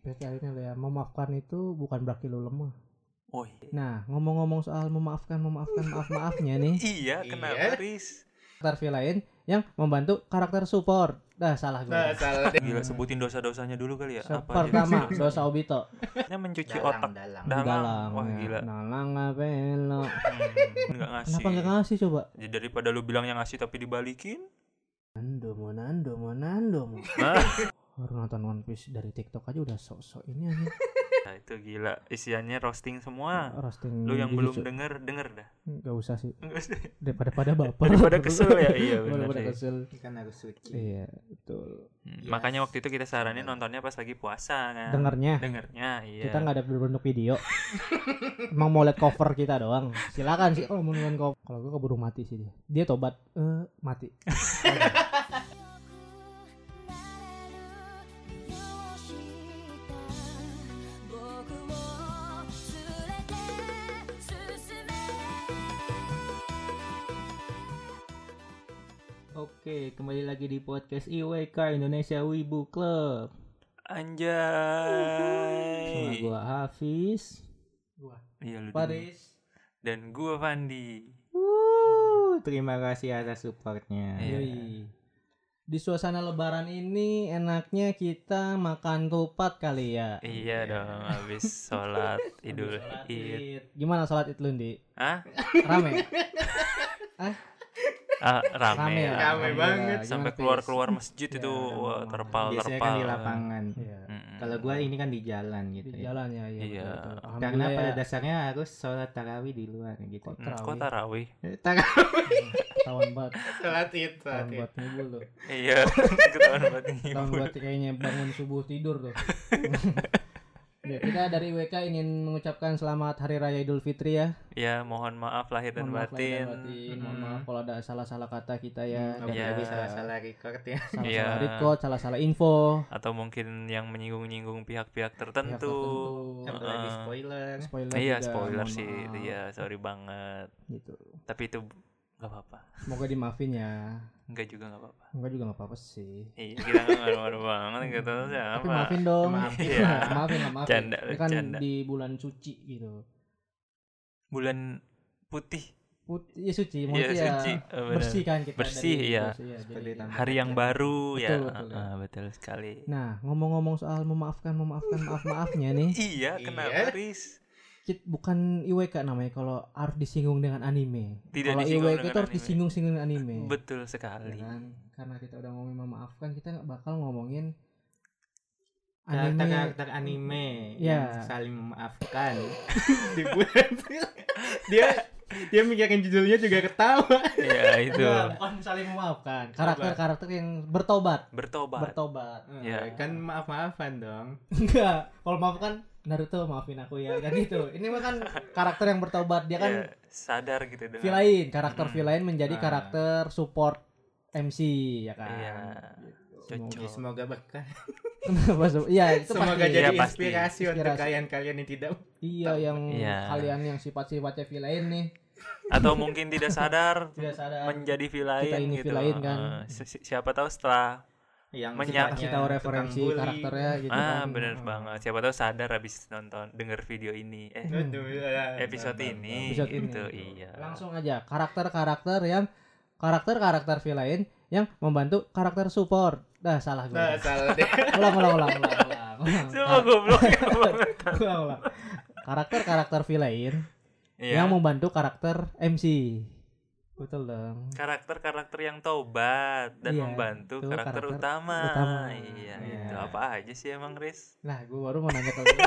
kali ini ya, memaafkan itu bukan berarti lu lemah. Oh. Nah, ngomong-ngomong soal maafnya nih. Iya, kenapa Riz? Karakter villain yang membantu karakter support. Salah gue. Salah deh. Gila, sebutin dosa-dosanya dulu kali ya. Pertama, dosa Obito. Dia mencuci Dalang, otak. dalang. Wah, ya. gila. Dalang ngapelo. Enggak ngasih. Kenapa enggak ngasih coba? Ya, daripada lu bilang yang ngasih tapi dibalikin. Nando mo. Baru nonton One Piece dari TikTok aja udah sok-sok ini aja. Nah, itu gila. Isiannya roasting semua. Roasting. Lu yang belum Jujutsu. denger dah. Enggak usah sih. Enggak usah. Daripada baper. Daripada kesel ya. Iya benar Daripada sih. kesel. Kan harus suci. Iya, betul. Yes. Makanya waktu itu kita saranin nontonnya pas lagi puasa kan. Dengernya. Iya. Kita nggak ada berbentuk video. Emang mau lihat cover kita doang. Silakan sih kalau mau nonton cover. Kalau gue keburu mati sih dia. Dia tobat mati. Oke, kembali lagi di podcast IWK Indonesia Wibu Club. Anjay. Sama gua Hafiz. Iya lu. Paris. Dan gua Fandi. Terima kasih atas supportnya. Iya. Yoi. Di suasana lebaran ini enaknya kita makan tupat kali ya. Iya dong, habis sholat Idul Id. Gimana sholat Id lu, Di? Hah? Rame? Rame banget. Sampai Gimana, keluar masjid Ya, itu wah, terpal. Biasanya kan di lapangan. Iya. Kalau gua ini kan di jalan gitu. Di jalan ya, iya. Iya. betul. Karena Alhamdulillah pada ya. dasarnya harus sholat tarawih di luar gitu. Kok tarawih? Tawan banget. Sholat Id. Tawan buat ngibul tuh. Iya, ketahuan banget ini. Tawan buat kayaknya bangun subuh tidur tuh. Ya, kita dari WK ingin mengucapkan selamat Hari Raya Idul Fitri ya. Ya, mohon maaf lahir dan Mohon maaf lahir batin. dan batin. Mohon maaf kalau ada salah-salah kata kita ya. Apalagi Iya. salah-salah record ya. Salah-salah Iya. record, salah-salah info. Atau mungkin yang menyinggung-nyinggung pihak-pihak Pihak tertentu. Apalagi spoiler. Spoiler Iya, juga, spoiler mohon sih. maaf. Iya, sorry banget. Gitu. Tapi itu enggak apa-apa. Semoga dimaafin ya. Enggak juga enggak apa-apa. Enggak juga enggak apa-apa sih. Iya, kita enggak ngaruh-ngaruh banget gitu siapa. Tapi maafin dong. Iya. maafin. Canda, Ini kan canda. di bulan suci gitu. Bulan putih. Ya suci, Iya, maksudnya suci. Oh, benar. bersih kan kita Bersih, dari iya. dosa, iya. Seperti Jadi- tanda Hari yang baru ya. Betul, ya. Betul sekali. Nah, ngomong-ngomong soal maafnya nih. Iya, kenapa Riz? Bukan IWK namanya kalau harus disinggung dengan anime. Tidak Kalau disinggung IWK dengan itu harus anime. disinggung dengan anime. Betul Ya sekali. kan? Karena kita udah ngomongin memaafkan, kita nggak bakal ngomongin anime. Karakter anime Ya. yang saling memaafkan di bulan dia mikirin judulnya juga ketawa. Ya itu. Enggak, bukan saling memaafkan. Karakter-karakter yang bertobat. Bertobat. Ya. Kan maaf-maafan dong. Enggak, kalau maafkan Naruto maafin aku ya kan gitu. Ini mah kan karakter yang bertobat, dia kan Ya, sadar gitu dengan. villain, karakter villain menjadi Ah. karakter support MC ya kan. Iya. Gitu. Cocok. Semoga berkah. Kenapa? Iya, itu Semoga pasti. jadi Iya, pasti. inspirasi untuk Inspirasi. kalian-kalian yang tidak. Iya, yang Iya. kalian yang sifat-sifatnya villain nih, Atau mungkin tidak sadar tidak sadar. menjadi villain Kita ini gitu. villain kan. Siapa tahu setelah Yang Kasih tahu referensi karakternya gitu kan. bener banget. Siapa tahu sadar habis nonton denger video ini. Episode ini. Episode ini. Gitu, iya. Langsung aja karakter villain yang membantu karakter support. Salah gue. Salah deh. Ulang. Semua goblok banget. Ulang. Karakter villain Iya. yang membantu karakter MC. Betul dong. Karakter yang taubat dan Iya, membantu itu karakter karakter utama. utama. Iya, Iya. itu apa aja sih emang Riz? Nah, gue baru mau nanya ke lu.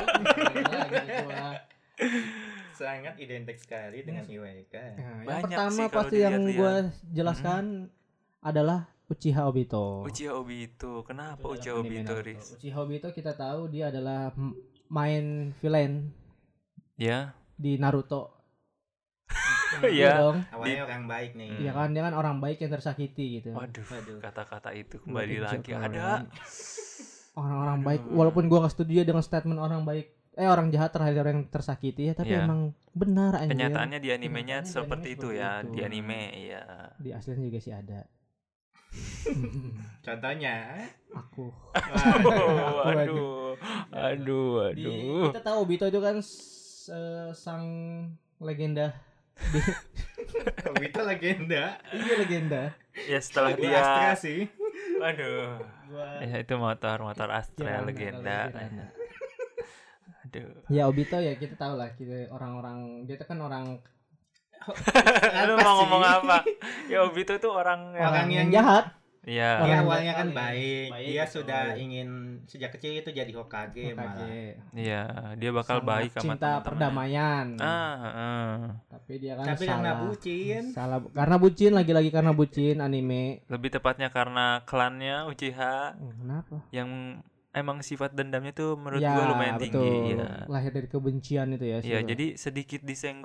Sangat identik sekali dengan IWK. Nah, yang Banyak pertama sih kalau pasti yang dilihat-lihat. gue jelaskan adalah Uchiha Obito. Uchiha Obito. Kenapa Itu Uchiha dalam anime Obito, Naruto. Riz? Uchiha Obito kita tahu dia adalah main villain Ya. di Naruto. Iya. dong. Awalnya orang baik nih. Iya kan, dia kan orang baik yang tersakiti gitu. Waduh, Waduh. kata-kata itu kembali Buat lagi insecure, ada. kan. Orang-orang baik, walaupun gua nggak setuju dengan statement orang baik, orang jahat terhadap orang yang tersakiti ya, tapi Iya. emang benar anjir. Kenyataannya di animenya Kenyataannya di seperti anime itu seperti ya, itu. di anime ya. Di aslinya juga sih ada. Contohnya. Aku. Waduh, Aduh. Kita tahu Obito itu kan sang legenda. Obito legenda. Iya legenda. Ya setelah Gua dia Astra sih. Aduh. Ya itu motor Astra legenda. Aduh. Ya Obito ya kita tahu lah, kita orang-orang dia kan orang Lu mau ngomong apa? Ya Obito itu orang yang jahat. Iya. Dia Orang awalnya kan jahat. baik. Dia betul. sudah ingin sejak kecil itu jadi Hokage malah. Iya, dia bakal Sangat baik sama cinta teman-temannya. perdamaian. Tapi Tapi dia kan Tapi karena bucin. Salah karena bucin lagi-lagi karena bucin anime. lebih tepatnya karena klannya Uchiha Kenapa? yang emang sifat dendamnya tuh menurut Ya, gua lumayan betul. tinggi ya. Lahir dari kebencian itu ya. Iya, Siva. jadi sedikit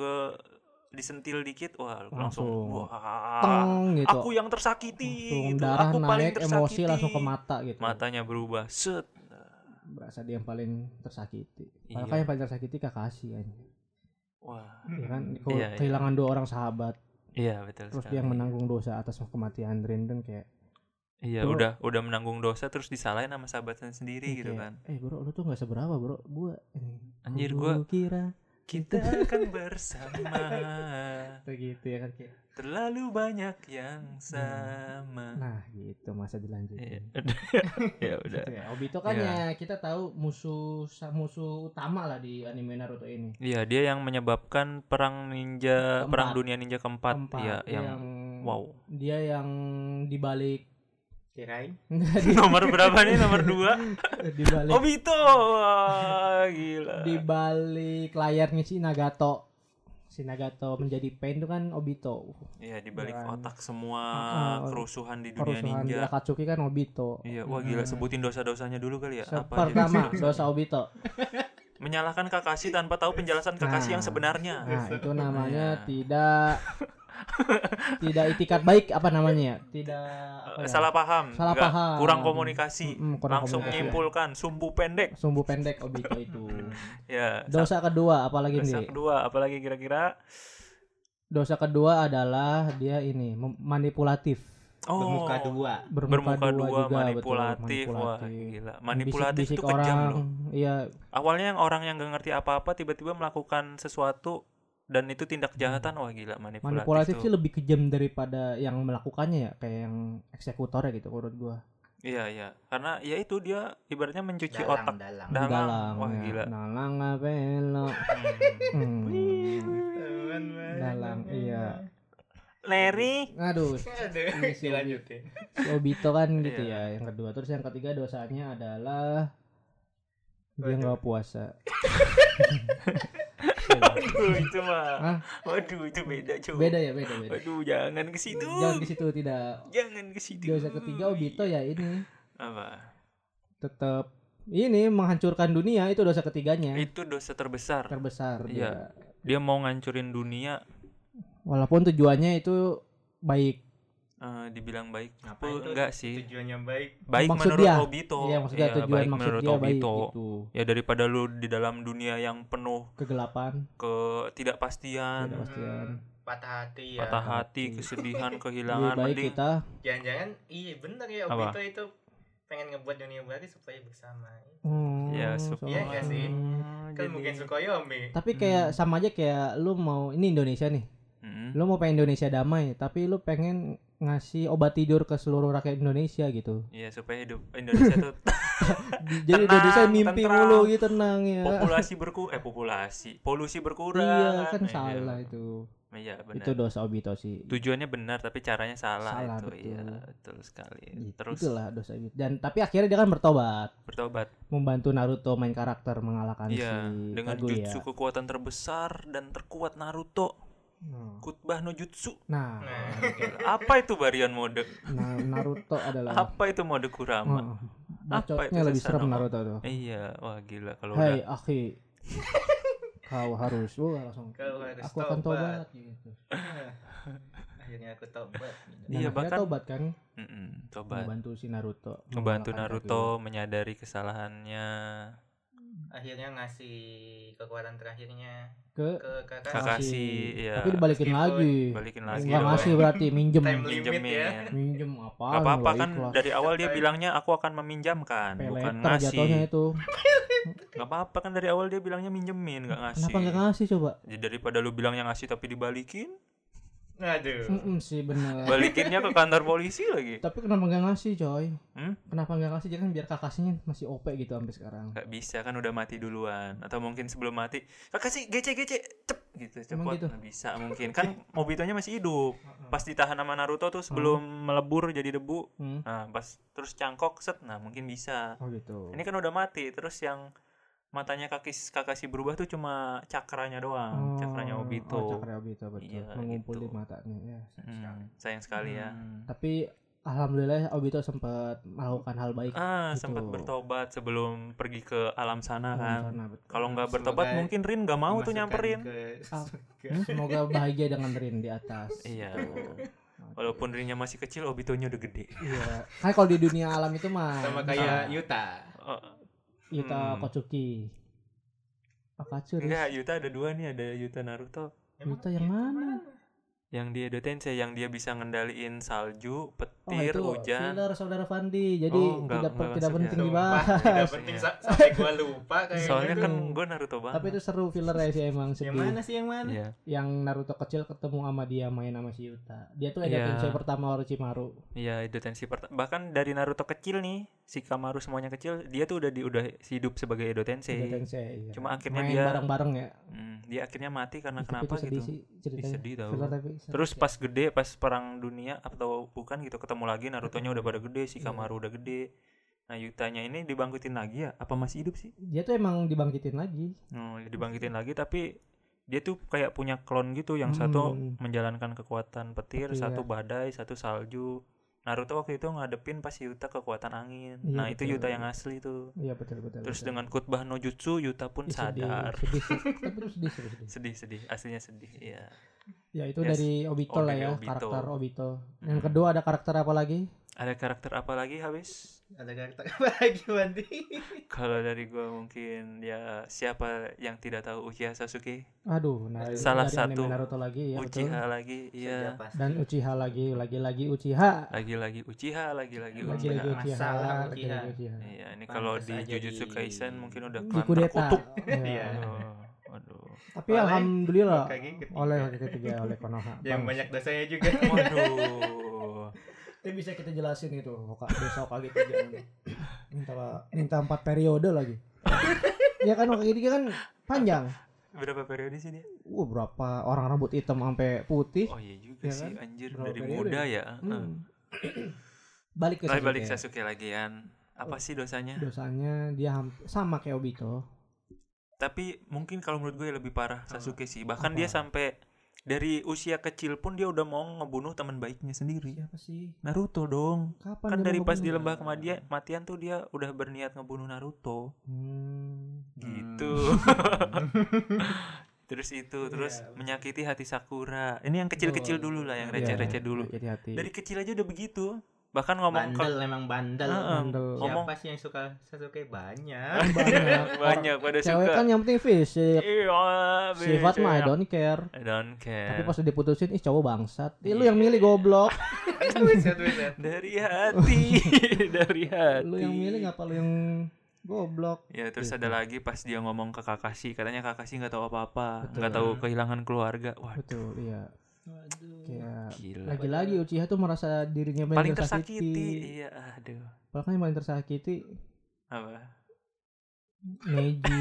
disentil dikit wah Langsung langsung teng gitu. aku yang tersakiti langsung gitu. darah Aku paling naik, tersakiti. emosi langsung ke mata gitu. Matanya berubah set. Berasa dia yang paling tersakiti. Iya. Padahal kan yang paling tersakiti Kakashi kan. Wah. Ya kan Iya. kehilangan dua orang sahabat, Iya, betul terus sekali. dia yang menanggung dosa atas kematian Rinden kayak Iya, Bro. udah menanggung dosa terus disalahin sama sahabatnya sendiri gitu kan. bro lu tuh nggak seberapa bro, Anjir, gua gua kira kita akan bersama. kayak gitu ya kan kayak. Terlalu banyak yang sama. Nah gitu masa dilanjutin. Ya udah. Gitu ya. Obito kan Ya. ya kita tahu musuh utama lah di anime Naruto ini. Iya, dia yang menyebabkan perang ninja, Keempat. perang dunia ninja keempat. Iya, Dia yang wow. Dia yang dibalik Kirain. Nomor berapa nih? Nomor 2. dibalik Obito. Wah, gila. dibalik layarnya si Nagato menjadi Pain itu kan Obito. Iya, dibalik Dan- otak semua kerusuhan di dunia Kerusuhan di ninja. Akatsuki kan Obito. Iya, wah gila, sebutin dosa-dosanya dulu kali ya. Apa aja Pertama dosa-dosa? dosa Obito. Menyalahkan Kakashi tanpa tahu penjelasan Kakashi Nah. yang sebenarnya. Nah, itu namanya Iya. tidak itikat baik apa namanya ya? Tidak apa ya? Salah paham. Salah Enggak, paham. kurang komunikasi. Kurang Langsung komunikasi. menyimpulkan sumbu pendek. Sumbu pendek Obito itu. Ya. Dosa kedua apalagi Dosa nih? kedua apalagi kira-kira? Dosa kedua adalah dia ini manipulatif. Bermuka dua. Bermuka dua, juga, manipulatif. betul, Wah, gila. Manipulatif Bisik-bisik itu kejam orang. loh. Iya, Awalnya yang orang yang gak ngerti apa-apa tiba-tiba melakukan sesuatu dan itu tindak kejahatan. Wah, gila, manipulatif tuh. sih lebih kejam daripada yang melakukannya ya, kayak yang eksekutornya gitu menurut gua. Iya. Karena ya itu dia ibaratnya mencuci Dalang, otak. dalang. Dalang. Wah, ya. gila. Dalang apelo. Dalang, iya. Leri. Aduh, Aduh, dilanjutin. si Obito kan gitu Iya. ya. Yang kedua, terus yang ketiga dosanya adalah dia nggak puasa. Waduh, itu mah. Hah? Waduh, itu beda, cuy. Beda ya, beda. Waduh, jangan ke situ. Jangan ke situ, tidak. Jangan ke situ. Dosa ketiga Obito ya ini Apa? tetap ini menghancurkan dunia, itu dosa ketiganya. Itu dosa terbesar. Terbesar Iya. dia. Dia mau ngancurin dunia. Walaupun tujuannya itu baik. Dibilang baik Ngapain tuh? enggak sih? Tujuannya baik. Baik Maksud menurut dia. Obito. Iya, maksudnya tujuan baik maksud menurut dia baik Obito. gitu. Ya daripada lu di dalam dunia yang penuh Kegelapan, ketidakpastian, ketidakpastian. Patah hati ya. patah hati, kesedihan, Lebih kehilangan, baik mending kita Jangan-jangan iya bener ya Apa? Obito itu pengen ngebuat dunia baru supaya bersama. ya Iya nggak sih? Kan jadi- mungkin Sukoyomi. Tapi kayak sama aja kayak lu mau ini Indonesia nih. Mm. Lu mau pengen Indonesia damai, tapi lu pengen ngasih obat tidur ke seluruh rakyat Indonesia gitu. Iya, supaya hidup Indonesia tuh Jadi Tenang, Indonesia mimpi tentram. mulu gitu, tenang ya. polusi berkurang. Iya, kan Iya. salah itu. Iya, benar. Itu dosa Obito sih. Tujuannya benar tapi caranya salah, Salah, itu. betul. Iya, betul sekali. Gitu, Terus itulah dosa Obito. Dan tapi akhirnya dia kan bertobat, bertobat. membantu Naruto main karakter mengalahkan Iya, si dengan Kaguya. jutsu kekuatan terbesar dan terkuat Naruto. Kutbah no jutsu. Nah, Apa itu varian mode? Naruto adalah Apa itu mode Kurama? Apa itu bacotnya lebih serem Susanoo? Naruto tuh. Iya, wah gila kalau Hai udah. akhi, kau harus, langsung. Kau harus Aku akan tobat gitu. Akhirnya aku tobat. Dan Iya, akhirnya bahkan- tobat kan, Tobat. membantu si Naruto. Ngebantu mengalahkan Naruto menyadari kesalahannya. Akhirnya ngasih kekuatan terakhirnya Kaguya ke kakak. Kakashi, iya. Tapi dibalikin Meskipun lagi. Balikin lagi Enggak dong. ngasih berarti minjem. Time limit Minjemin. ya. Minjem apa? Gak apa-apa kan dari awal dia bilangnya aku akan meminjamkan, bukan Peleter jatuhnya ngasih. itu. Nggak apa-apa kan dari awal dia bilangnya minjemin, nggak ngasih. Kenapa nggak ngasih coba? Ya, daripada lu bilangnya ngasih tapi dibalikin. Aduh. Sih bener. Balikinnya ke kantor polisi lagi. Tapi kenapa nggak ngasih coy? Hmm? Kenapa nggak ngasih? Jadi kan biar kakaknya masih OP gitu sampai sekarang. Nggak bisa kan udah mati duluan. Atau mungkin sebelum mati kasih gece cep gitu Emang cepet. gitu? Nggak bisa mungkin kan Obito-nya masih hidup. Pas ditahan sama Naruto tuh sebelum melebur jadi debu. Nah pas terus cangkok set, nah mungkin bisa. Oh gitu. Ini kan udah mati. Terus yang matanya Kakashi berubah tuh cuma cakranya doang, cakranya Obito. Oh, cakra Obito betul. Iya, Mengumpul gitu. di matanya ya. Sayang sekali ya. Tapi alhamdulillah Obito sempat melakukan hal baik. Gitu. Sempat bertobat sebelum pergi ke alam sana kan. Sana, betul. Kalau nggak bertobat Semoga mungkin Rin nggak mau tuh nyamperin. Semoga bahagia dengan Rin di atas. Iya. Walaupun Rinnya masih kecil, Obitonya udah gede. Iya. Kan kalau di dunia alam itu mah Sama kayak Yuta. Yuta Kocuki. Akatsuri. Enggak, Yuta ada dua nih, ada Yuta Naruto. Yuta yang mana? Yang dia Edo Tensei, yang dia bisa ngendaliin salju, Oh, petir, itu hujan. filler saudara Fandi. Jadi enggak tidak masuk penting ya. dibahas. Tidak penting sampai gua lupa kayak Soalnya gitu. kan gue Naruto banget. Tapi itu seru fillernya sih emang sedih. Yang mana sih yang mana? Iya. Yang Naruto kecil ketemu sama dia main sama si Yuta. Dia tuh Edo Iya. Tensei pertama Orochimaru. Iya, Edo Tensei bahkan dari Naruto kecil nih, si Kamaru semuanya kecil, dia tuh udah hidup sebagai Edo Tensei. Edo Tensei. Iya. Cuma akhirnya main dia bareng-bareng ya. Dia akhirnya mati karena Tapi kenapa itu sedih gitu. sih ceritanya. Sedih tau. Filler tapi sedih. Terus pas gede, pas perang dunia atau bukan gitu ketemu lagi Naruto-nya udah pada gede, si Kamaru udah gede. Nah, Yutanya ini dibangkitin lagi ya? Apa masih hidup sih? Dia tuh emang dibangkitin lagi. Dibangkitin lagi tapi dia tuh kayak punya klon gitu, yang satu menjalankan kekuatan petir, satu badai, satu salju. Naruto waktu itu ngadepin pas Yuta kekuatan angin. Iya, Nah, itu betul. Yuta yang asli tuh. Iya betul. Terus dengan khutbah no jutsu Yuta pun sadar. Sedih. Tapi itu sedih. Sedih, aslinya sedih. Iya. Ya itu Yes. dari Obito lah dari ya, Obito. karakter Obito. Yang kedua ada karakter apa lagi? Ada karakter apa lagi habis? Ada karakter apa lagi Bandi? Kalau dari gua mungkin ya siapa yang tidak tahu Uchiha Sasuke? Aduh, Salah dari satu anime Naruto lagi ya Uchiha betul. lagi, iya. Dan Uchiha lagi Uchiha. Lagi-lagi Uchiha. Lagi-lagi Uchiha. Masalah lagi-lagi Uchiha. Iya, ini kalau di Pantes aja Jujutsu di- Kaisen mungkin udah klan Dikudeta. terkutuk. Iya. Waduh. Tapi Oleh alhamdulillah Hokage ketiga. oleh Hokage ketiga oleh Konoha. Yang Bang. banyak dosanya juga. Waduh. Itu bisa kita jelasin itu dosa Hokage tiga. minta 4 periode lagi. Ya kan Hokage tiga kan panjang. Berapa periode sih dia? Berapa orang rambut hitam sampai putih. Oh iya juga Ya sih, kan? anjir Berapa dari periode? muda ya. Balik ke Tapi Sasuke. balik Sasuke lagi kan. Apa sih dosanya? Dosanya dia sama kayak Obito. Tapi mungkin kalau menurut gue lebih parah Sasuke sih. Bahkan Apa? dia sampai dari usia kecil pun dia udah mau ngebunuh teman baiknya sendiri. Siapa sih? Naruto dong. Kapan Kan dia dari mau pas di ngebunuh? lembah kematian tuh dia udah berniat ngebunuh Naruto. Gitu. Terus menyakiti hati Sakura. Ini yang kecil-kecil dulu lah, yang receh-receh dulu. Hati-hati. Dari kecil aja udah begitu. Bahkan ngomong Bandel emang bandel. Bandel. Ngomong- Siapa sih yang suka Sasuke? Banyak. banyak pada Cewek suka. kan yang penting fisik. Iya, Sifat mah I beda. don't care. I don't care. Tapi pas udah diputusin, cowok bangsat. Lu yang milih goblok. Wiset. Dari hati, dari hati. Lu yang milih ngapa lu yang goblok? Ya terus ada lagi pas dia ngomong ke Kakashi, katanya Kakashi nggak tahu apa-apa, Betul. nggak tahu kehilangan keluarga. Wah, Betul, iya. Kayak gila. lagi-lagi Uchiha tuh merasa dirinya Paling tersakiti. Iya, aduh. Padahal kan yang paling tersakiti Apa? Neji.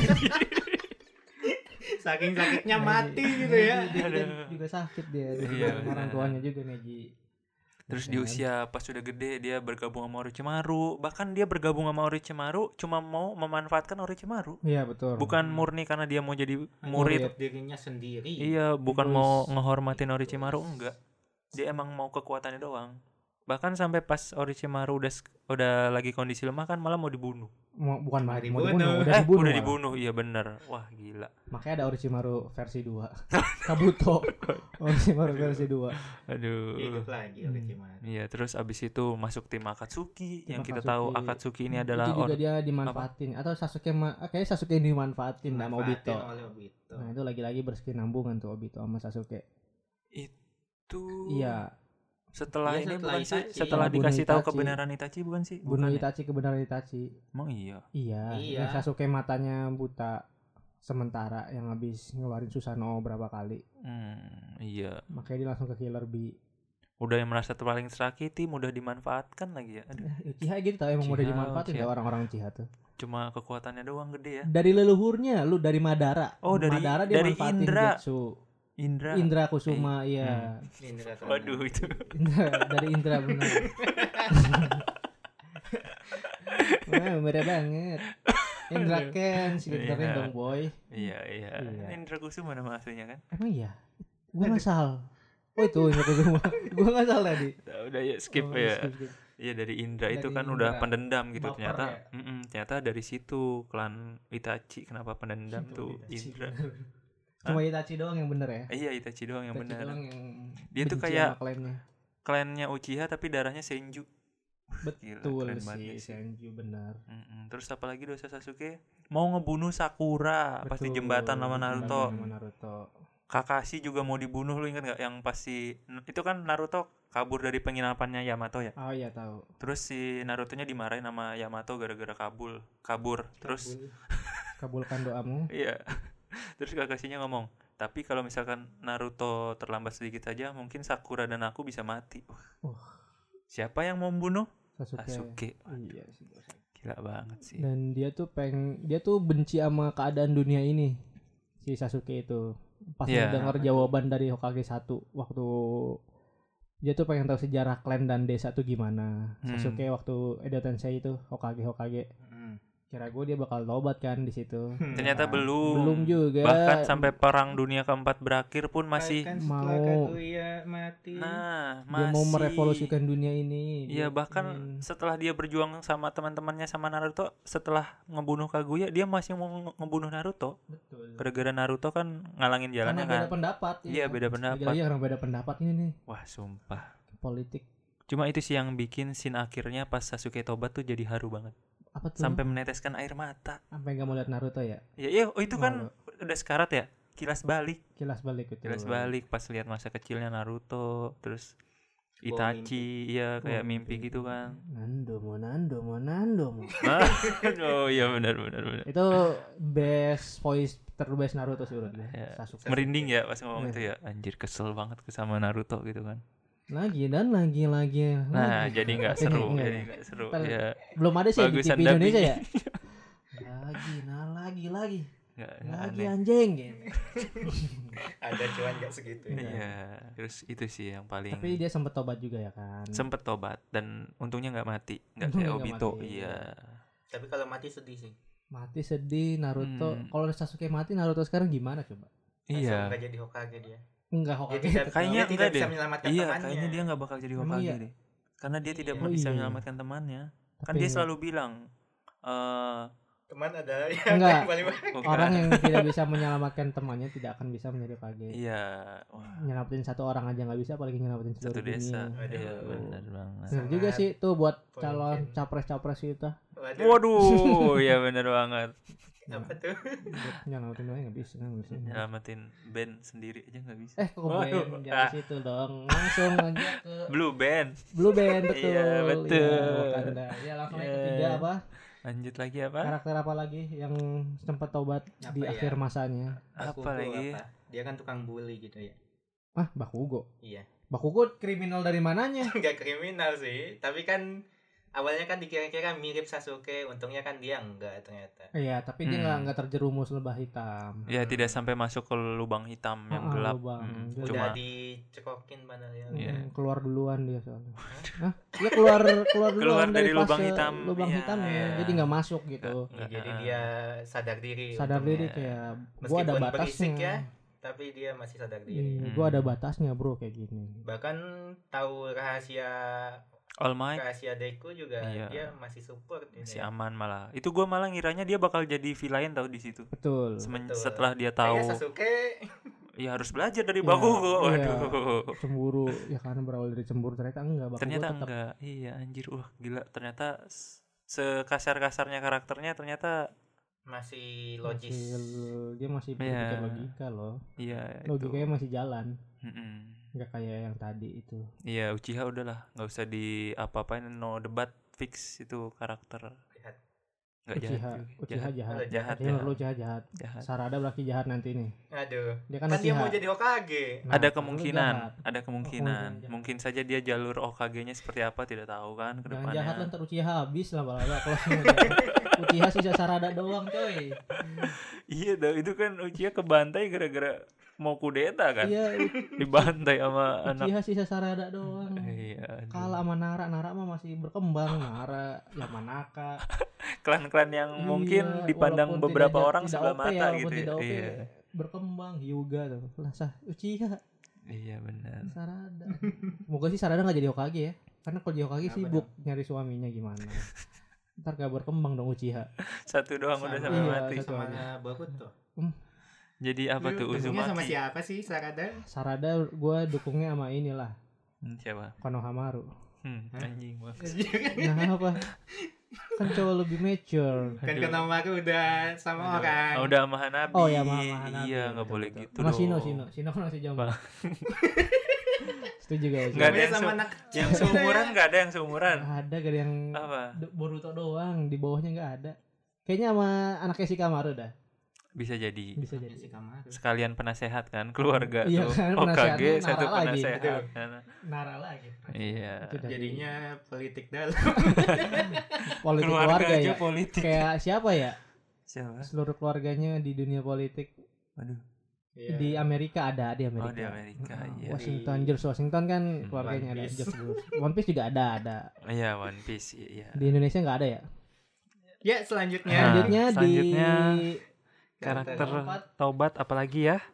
Saking sakitnya mati gitu ya. Dia Aduh. juga sakit dia. Iya, Orang benar. tuanya juga Neji. Terus Ya di kan? usia pas sudah gede dia bergabung sama Orochimaru. Bahkan dia bergabung sama Orochimaru cuma mau memanfaatkan Orochimaru. Iya betul. Bukan murni karena dia mau jadi murid. Dirinya sendiri. Iya, bukan Terus- mau ngehormatin Orochimaru, enggak. Dia emang mau kekuatannya doang. Bahkan sampai pas Orochimaru udah lagi kondisi lemah kan malah mau dibunuh. Bukan mau dibunuh. dibunuh, udah Udah dibunuh. malah. dibunuh. Iya bener. Wah, gila. Makanya ada Orochimaru versi 2. Kabuto. Orochimaru versi 2. Aduh. Hidup lagi Orochimaru. Iya, terus abis itu masuk tim Akatsuki. Tim Yang kita Akatsuki. tahu Akatsuki ini adalah itu juga dia dimanfaatin atau Sasuke kayaknya Sasuke yang dimanfaatin sama Obito. Dimanfaatin oleh Obito. Nah, itu lagi-lagi bersinambungan tuh Obito sama Sasuke. itu. Iya. Setelah Iya, ini setelah bukan sih? Itachi. Setelah Bunuh dikasih tahu Itachi. kebenaran Itachi bukan sih? Bunuh Bukan ya? Itachi, kebenaran Itachi. Emang iya. Iya. Iya. Yang Sasuke matanya buta sementara yang habis ngeluarin Susanoo berapa kali. Iya. Makanya dia langsung ke Killer Bee. Udah yang merasa paling tersakiti, mudah dimanfaatkan lagi ya. Aduh. Uchiha gitu tau emang mudah Uchiha, dimanfaatin Uchiha. tau orang-orang Uchiha tuh. Cuma kekuatannya doang gede ya. Dari leluhurnya, lu dari Madara. Oh, dari- Madara dia dari manfaatin Indra. Jutsu. Indra. Indra Kusuma, iya. Indra Kama. Waduh itu. Dari Indra bener. Wah, beda banget. Indra Ken, sebenarnya Iya. dong boy. Iya. Iya. Indra Kusuma nama aslinya kan. Emang iya? Gua ngasal. Oh itu Indra Kusuma. Gua ngasal tadi. Udah ya skip Oh, ya. skip. Iya dari Indra itu Dari kan Indra. udah pendendam gitu Baper ternyata. ya? Ternyata dari situ klan Itachi kenapa pendendam tuh Itachi, Indra. Cuma Itachi doang yang bener ya. Iya Itachi doang yang Itachi benar. doang yang Dia tuh benci kayak sama klannya. Klannya Uchiha tapi darahnya Senju. Gila, Betul keren sih, banget sih. Senju benar. Terus apalagi dosa Sasuke mau ngebunuh Sakura pas di Betul, jembatan sama Naruto. sama Naruto. Kakashi juga mau dibunuh, lu ingat nggak yang pasti itu kan Naruto kabur dari penginapannya Yamato ya. Oh iya tahu. Terus si Naruto-nya dimarahin sama Yamato gara-gara kabur. Terus Kabulkan doamu. iya. Terus Kakashinya ngomong, tapi kalau misalkan Naruto terlambat sedikit saja, mungkin Sakura dan aku bisa mati. Siapa yang mau membunuh? Sasuke. Iya sih. Gila banget sih. Dan dia tuh benci sama keadaan dunia ini. Si Sasuke itu. Pas Iya. dengar jawaban dari Hokage 1 waktu dia tuh pengen tahu sejarah klan dan desa tuh gimana. Sasuke waktu Edo Tensei itu Hokage. Kira gue dia bakal tobat kan di situ. Ternyata belum. Belum juga. Bahkan sampai perang dunia keempat berakhir pun masih. Kan mau. setelah Kaguya mati. Nah, Dia masih. mau merevolusikan dunia ini. Iya, bahkan setelah dia berjuang sama teman-temannya sama Naruto, setelah ngebunuh Kaguya, dia masih mau ngebunuh Naruto. Betul. Gara-gara Naruto kan ngalangin jalannya Karena beda kan. pendapat. Iya, beda pendapat. Lagi-lagi karena beda pendapat ini nih Wah, sumpah. politik. Cuma itu sih yang bikin scene akhirnya pas Sasuke tobat tuh jadi haru banget. Apa tuh? Sampai meneteskan air mata. Sampai nggak mau lihat Naruto ya? Iya, itu kan udah sekarat ya. Kilas balik pas lihat masa kecilnya Naruto, terus Itachi, iya kayak mimpi gitu kan. Nando mo. Oh iya benar. Itu best voice terbest Naruto sih menurut gue. Ya, Sasuke. merinding ya pas ngomong itu ya. Anjir kesel banget ke sama Naruto gitu kan. Lagi. Nah, jadi nggak seru, Enggak. jadi nggak seru. Ntar Ya, belum ada sih di bagusan TV Indonesia ya. dampingi. Lagi nggak lagi aneh. anjing gitu. Ada cuman gak segitu. Iya, terus itu sih yang paling Tapi dia sempet tobat juga ya kan. sempet tobat dan untungnya nggak mati, nggak Untungnya kayak nggak Obito. mati. Iya. Tapi kalau mati sedih sih. Mati sedih Naruto. Kalau Sasuke mati Naruto sekarang gimana coba? Iya. Enggak jadi Hokage dia. Enggak Dia Hokage. tidak, Kayaknya dia tidak enggak bisa deh. menyelamatkan Iya, temannya. kayaknya dia nggak bakal jadi Emang Hokage iya? deh. Karena dia tidak Iya. bisa Iya. menyelamatkan temannya. Kan Tapi dia selalu bilang Teman adalah yang Enggak. paling Orang yang tidak bisa menyelamatkan temannya tidak akan bisa menjadi Hokage. iya, wah, Nyelamatin satu orang aja nggak bisa, apalagi nyelamatin satu seluruh desa. dunia. Iya, Aduh. benar banget. Bener juga sih tuh buat Poin calon Ken. capres itu. Waduh, iya benar banget. Apa tuh? Buat nyelamatin doang nggak bisa. Nyelamatin band sendiri aja nggak bisa. Kok Waduh, band jangan situ dong. Langsung aja ke Blue Band. Blue Band betul. Iya, betul. Ya, Wakanda. Ya langsung aja ketiga apa? Lanjut lagi apa? Karakter apa lagi yang sempat tobat Apa di ya? akhir masanya? Apa lagi? Dia kan tukang bully gitu ya. Ah, Bakugo. Iya. Bakugo kriminal dari mananya? Enggak kriminal sih, tapi kan awalnya kan dikira-kira mirip Sasuke, untungnya kan dia enggak ternyata. Iya, tapi dia nggak terjerumus lebah hitam. Ya tidak sampai masuk ke lubang hitam yang gelap. lubang. Dia Udah Cuma dicekokin mana ya. Iya. keluar duluan dia soalnya. Hah? Dia keluar Keluar duluan dari fase lubang hitam. lubang Iya, hitamnya. iya. Jadi nggak masuk gitu. Ya, jadi dia sadar diri. Sadar untungnya. diri kayak gua Meskipun ada berisik batasnya. ya, tapi dia masih sadar diri. Iya, gua ada batasnya, Bro, kayak gini. Bahkan tahu rahasia All Might Deku juga Iya. dia masih support ini. masih aman malah. Itu gua malah ngiranya dia bakal jadi villain tahu di situ. Betul. Betul. Setelah dia Kayaknya tahu Sasuke ya harus belajar dari Iya, Bakugo. iya. Waduh. Cemburu ya karena berawal dari cemburu ternyata enggak. Bakugo Ternyata tetap enggak. Iya anjir. Wah, gila. Ternyata sekasar-kasarnya karakternya ternyata masih logis. dia masih Iya. berpikir logika loh. iya itu. Logikanya masih jalan. Mm-mm. Nggak kayak yang tadi itu. Iya, Uchiha udahlah, nggak usah di apa-apain, no debat, fix itu karakter. Nggak jahat. Uchiha jahat. Jahat. Dia menurut Uchiha jahat. Jahat. Sarada berarti jahat nanti nih. Aduh. Dia kan Dia Uchiha. mau jadi Hokage. Nah, Ada lu kemungkinan, jahat. ada kemungkinan. jahat. Mungkin saja dia jalur Hokage-nya seperti apa tidak tahu kan ke Jangan depannya. jahat lah, ntar Uchiha habis lah malah kalau mau jahat. Uchiha sisa Sarada doang coy. Iya dah, itu kan Uchiha kebantai gara-gara mau kudeta kan. Iya, Dibantai sama anak. Uchiha sisa Sarada doang. Iya. aduh. Kalah sama Nara mah masih berkembang. Nara, Yamanaka. Klan-klan yang Iya, mungkin dipandang walaupun beberapa tidak- orang tidak sebelah OP mata ya, walaupun gitu. tidak OP, Iya. berkembang Hyuga tuh. Lah sah Uchiha Iya benar. Sarada. Semoga sih Sarada enggak jadi Hokage ya. Karena kalau jadi Hokage Kenapa sibuk nyari suaminya gimana. Ntar gak berkembang dong Uchiha. Satu doang udah sampai Iya, mati. satu. Sama Boruto. Jadi apa tuh Dukungnya sama Uzumaki? siapa sih Sarada? Sarada gue dukungnya sama inilah Siapa? Konohamaru. Anjing banget. Nah apa? Kan cowok lebih mature. Kan Konohamaru udah sama orang. Udah sama Hanabi. Oh ya, sama Hanabi. Iya, nggak Betul, boleh betul. gitu Sama dong. Sino kan masih jomblo. Bang. Setuju gak? Nggak ada Namanya yang sama se- anak Yang seumuran nggak ada yang seumuran. Ada gak yang Apa? Boruto doang, di bawahnya nggak ada. Kayaknya sama anaknya si Kamaru dah. Bisa jadi. Bisa jadi. si Kamaru. Sekalian penasehat kan keluarga Iya tuh. kan, Hokage penasehatnya satu Nara lagi. penasehat. Kan. Nara lagi. Iya. Itu dah. Jadinya politik dalam. Politik Keluarga keluarga aja ya. politik. Kayak siapa ya? Siapa? Seluruh keluarganya di dunia politik. Waduh. Di Amerika ada, di Amerika. Oh, di Amerika, iya. Washington, George Washington kan keluarganya One ada. Piece. George Bush. One Piece juga ada. Iya, One Piece, iya. Di Indonesia nggak ada ya? Ya selanjutnya. Nah, Selanjutnya selanjutnya di Karakter keempat Tobat apalagi ya?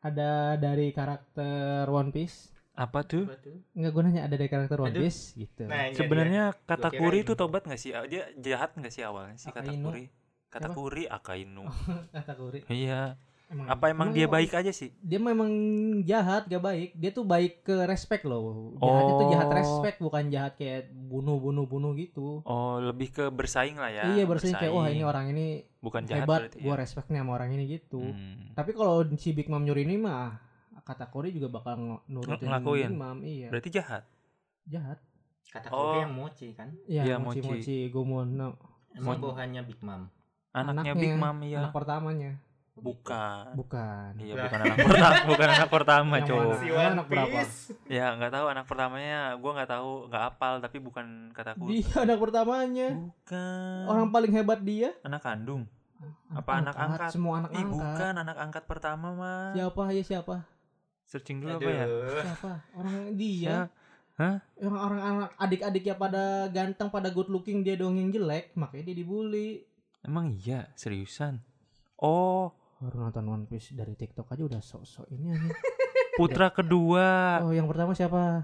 ada dari karakter One Piece. Apa tuh? Apa tuh? Enggak gunanya ada dari karakter One Aduh. Piece gitu. Nah, ini Sebenarnya dia. Katakuri kirain. itu tobat nggak sih? Dia jahat nggak sih awalnya si Akainu. Katakuri? Katakuri Akainu. Katakuri. Iya. Apa emang dia baik aja sih? Dia memang jahat, gak baik. Dia tuh baik ke respect loh. Jahatnya tuh jahat respect, bukan jahat kayak bunuh gitu. Oh, lebih ke bersaing lah ya. Iya, bersaing kayak wah ini orang ini bukan jahat hebat, berarti. gua Ya. respect nih sama orang ini gitu. Hmm. Tapi kalau si Big Mom nyuri ini mah Katakuri juga bakal nurutin Ngelakuin. Big Mom, iya. Berarti jahat. Jahat. Katakuri Oh. yang mochi kan. Iya, Iya, mochi Gomon. No. Emang bawahannya Big Mom. Anaknya Big Mom ya. Anak pertamanya. Bukan. Bukan. Iya, Lah. bukan anak pertama, bukan anak pertama, Yang cowok. mana? Si Emang One anak berapa? Piece. Ya, nggak tahu anak pertamanya, gua nggak tahu, nggak apal, tapi bukan Katakuri. Dia anak pertamanya. Bukan. Orang paling hebat dia. anak kandung. Apa anak angkat? Semua anak Ih, angkat. bukan anak angkat pertama mah. Siapa ya siapa? Searching dulu apa ya? Aduh. Siapa? Orang dia. Hah? Yang orang anak adik-adiknya pada ganteng, pada good looking, dia doang yang jelek, makanya dia dibully. Emang iya, seriusan. Oh, Baru nonton One Piece dari TikTok aja udah sok-sok ini aja. putra kedua. Oh, yang pertama siapa?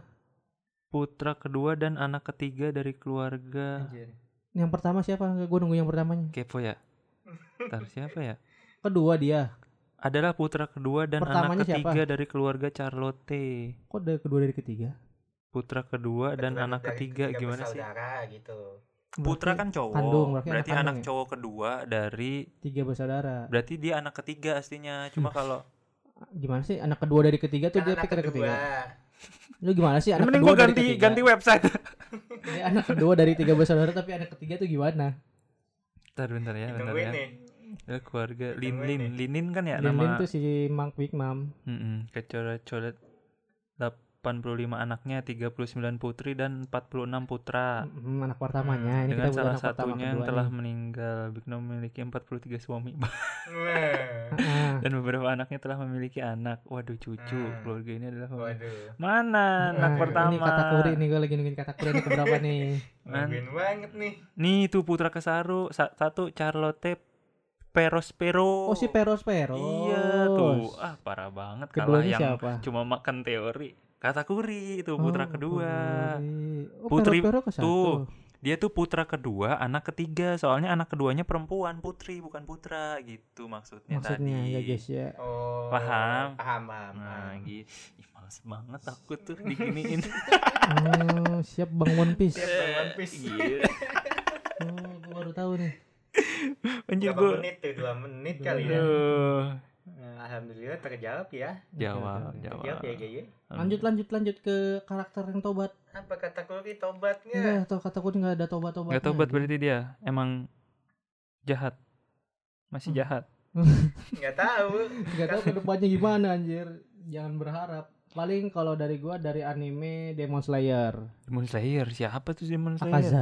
Putra kedua dan anak ketiga dari keluarga. Anjir. Yang pertama siapa? Gue nunggu yang pertamanya. Kepo ya? Ntar siapa ya? Kedua dia. Adalah putra kedua dan Pertamanya anak ketiga siapa? dari keluarga Charlotte. Kok ada kedua dari ketiga? Putra kedua dan Keturunan anak dari ketiga gimana sih? bersaudara gitu. Putra kan cowok. kandung, berarti berarti anak anak kandung ya? cowok kedua dari Tiga bersaudara. berarti dia anak ketiga aslinya. Cuma kalau Gimana sih? Anak kedua dari ketiga tuh Kan dia anak pikir kedua. ketiga. Lu gimana sih anak mending kedua gua dari ketiga? ganti website. Ini anak kedua dari tiga bersaudara tapi anak ketiga tuh gimana? Bentar ya, bentar Ditungguin ya. nih. Ya, keluarga Ditungguin nih. Linin kan ya Lin nama. tuh si Mang Big Mom. Kecoret-coret 85 anaknya, 39 putri dan 46 putra. Anak pertamanya. Ini Dengan kita bukan salah anak pertama satunya yang kedua telah nih. meninggal. Big Mom memiliki 43 suami Wah. Ah, dan beberapa anaknya telah memiliki anak. Waduh, cucu. Keluarga ini adalah Waduh. mana anak ah, pertama? Ini Katakuri nih, gue lagi nungguin Katakuri ini keberapa nih? Nungguin banget nih. Nih tuh putra kesaru satu Charlotte Perospero. Oh si Peros. Iya tuh. Ah, parah banget kalah Keduanya yang siapa? cuma makan teori. Katakuri itu putra Oh, kedua. Katakuri. Oh, Putri Peros ke satu. tuh. Dia tuh putra kedua, anak ketiga. Soalnya anak keduanya perempuan, putri bukan putra gitu maksudnya Maksudnya tadi. ya guys ya. Oh. Paham? Paham. Nah, gitu. Ih, males banget aku tuh diginiin. Oh, siap Bang One Piece. Siap, Bang One Piece. Gila. Oh, gue baru tahu nih. Anjir Berapa gua. menit tuh? 2 menit kali ya. Aduh. Alhamdulillah terjawab ya. Jawab. Terjawab ya Gaya. Lanjut ke karakter yang tobat. Apa kategori tobatnya? Enggak, kata gue enggak ada tobat-tobatnya. Enggak tobat berarti dia emang jahat. Masih jahat. Enggak tahu. Enggak tahu kedepannya gimana anjir. Jangan berharap. Paling kalau dari gua dari anime Demon Slayer. Demon Slayer siapa tuh Demon Slayer? Akaza.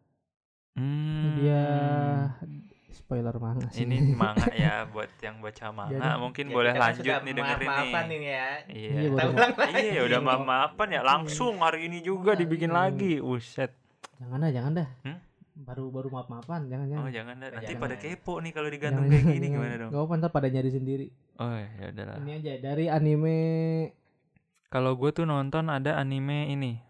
Dia spoiler manga sih. Ini manga ya buat yang baca manga. Jadi, mungkin ya, boleh kita lanjut nih dengerin maaf-maafan nih. ini ya. Iya. Iya, Udah maaf-maafan ya. Langsung hari ini juga dibikin lagi. Uset. Jangan dah. Baru maaf-maafan, jangan. Oh, jangan dah. Nanti Jangan. pada kepo nih kalau digantung kayak gini gimana dong? Gak apa-apa, ntar pada nyari sendiri. Oh, ya udahlah. Ini aja dari anime. Kalau gue tuh nonton ada anime ini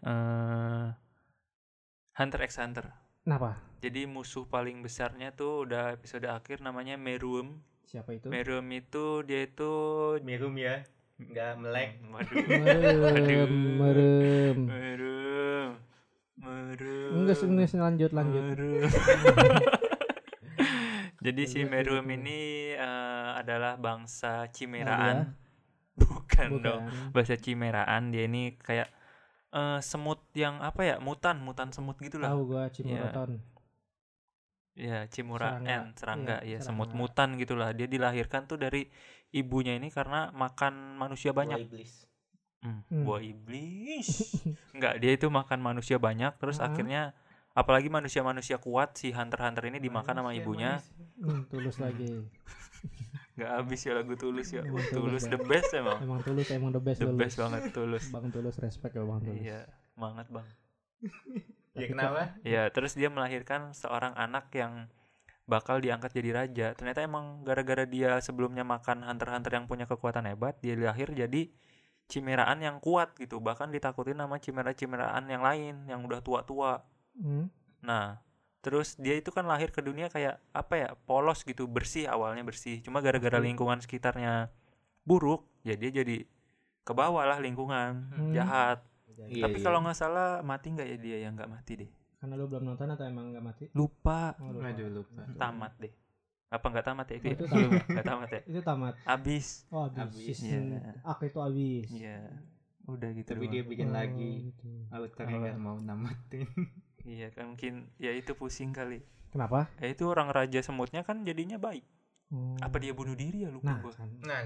Hunter x Hunter. Kenapa? Jadi musuh paling besarnya tuh udah episode akhir namanya Meruem. Siapa itu? Meruem itu dia itu Mirum ya. Enggak melek. Waduh. Merem. Meruem. Enggak, lanjut. Meruem. Jadi si Meruem ini adalah bangsa Cimeraan. Bukan dong. Bahasa Cimeraan. Dia ini kayak semut yang apa ya? Mutan semut gitu lah. Tahu gua Cimeroton. Ya, Cimuraan, serangga, ya, serangga. semut mutan gitulah. Dia dilahirkan tuh dari ibunya ini karena makan manusia banyak. Buah iblis. Enggak, dia itu makan manusia banyak terus akhirnya apalagi manusia-manusia kuat si Hunter ini dimakan sama ibunya. Tulus lagi. Enggak habis ya lagu Tulus ya. Emang Tulus Tulus, the best emang. Emang Tulus emang the best. The best banget Tulus. Bang Tulus, respect ya Bang Tulus. Iya, semangat Bang. Ya kenapa? Ya, terus dia melahirkan seorang anak yang bakal diangkat jadi raja. Ternyata emang gara-gara dia sebelumnya makan hunter-hunter yang punya kekuatan hebat, dia lahir jadi cimeraan yang kuat gitu. Bahkan ditakutin sama cimera-cimeraan yang lain yang udah tua-tua. Nah, terus dia itu kan lahir ke dunia kayak apa ya? Polos gitu, awalnya bersih. Cuma gara-gara lingkungan sekitarnya buruk, ya dia jadi ke bawah lah lingkungan, jahat. Iya, Tapi kalau nggak salah mati nggak ya dia yang nggak mati deh? Karena lu belum nonton atau emang nggak mati? Lupa. Aduh, lupa. Tamat deh. Apa nggak tamat ya itu? Itu Belum nggak tamat ya? Itu tamat. Abis. Oh, habis. Habis. Season itu habis. Iya. Udah gitu. Tapi doang. dia bikin lagi. Gitu. Outernya nggak mau namatin. Iya kan mungkin ya itu pusing kali. Kenapa? Ya itu orang raja semutnya kan jadinya baik. Apa dia bunuh diri ya lupa Nah, gua. kan. Nah,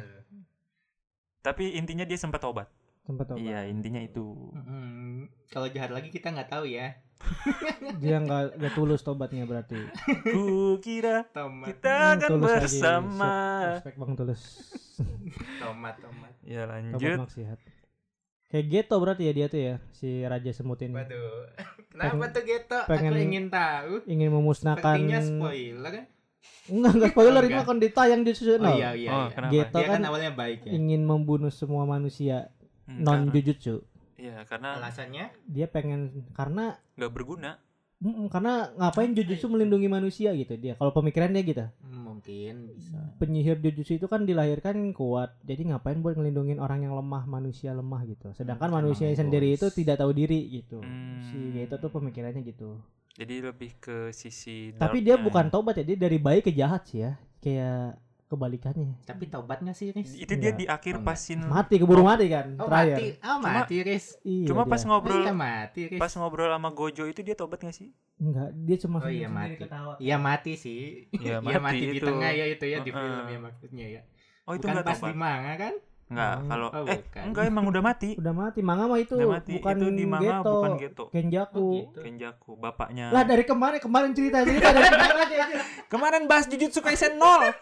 Tapi intinya dia sempat tobat. Sempat tobat. Iya intinya itu. kalau jahat lagi kita nggak tahu ya. Dia nggak tulus tobatnya berarti. Ku kira Tomat. kita akan Tulus lagi. bersama. Respect Bang Tulus. Tomat. Ya Tobat lanjut. maksiat. Kayak Geto berarti ya dia tuh ya, si Raja Semut ini. Waduh. Kenapa tuh Geto? pengen- Aku ingin tahu. Ingin memusnahkan. Sepertinya spoiler kan? Enggak spoiler, ini Enggak. akan ditayang di season. Oh iya. Oh, kenapa? Geto Dia kan kan awalnya baik ya. ingin membunuh semua manusia non Karena- jujutsu. Iya karena Alasannya? Dia pengen karena nggak berguna. karena ngapain jujutsu melindungi manusia gitu dia. Kalau pemikirannya gitu. Mungkin bisa. Penyihir jujutsu itu kan dilahirkan kuat. Jadi ngapain buat ngelindungin orang yang lemah, manusia lemah gitu. Sedangkan Emang manusia egois. sendiri itu tidak tahu diri gitu. Hmm. Si Geto tuh pemikirannya gitu. Jadi lebih ke sisi Tapi dia darknya. bukan tobat ya, dia dari baik ke jahat sih ya. Kayak kebalikannya. Tapi tobatnya sih, Riz. Itu dia Enggak. di akhir Oh, pasin Mati, keburu mati kan Oh, terakhir. mati. Oh, mati, Riz. Iya, Cuma dia. pas ngobrol Iya, mati, Riz. pas ngobrol sama Gojo itu dia tobat gak sih? Enggak, dia cuma Oh iya, sendiri mati. ketawa. Iya, mati sih. Iya, Iya, mati mati di itu. tengah ya itu ya di Heeh. film ya maksudnya ya. Oh itu Bukan nggak pas tobat? di manga kan? Nggak. Kalau Oh, bukan. enggak emang udah mati. Udah mati. Manga mah itu Udah mati. bukan Itu di manga Geto. bukan Geto. Kenjaku. Oh, gitu. Kenjaku bapaknya. Lah dari kemarin cerita dari kemarin aja. Kemarin bahas Jujutsu Kaisen 0.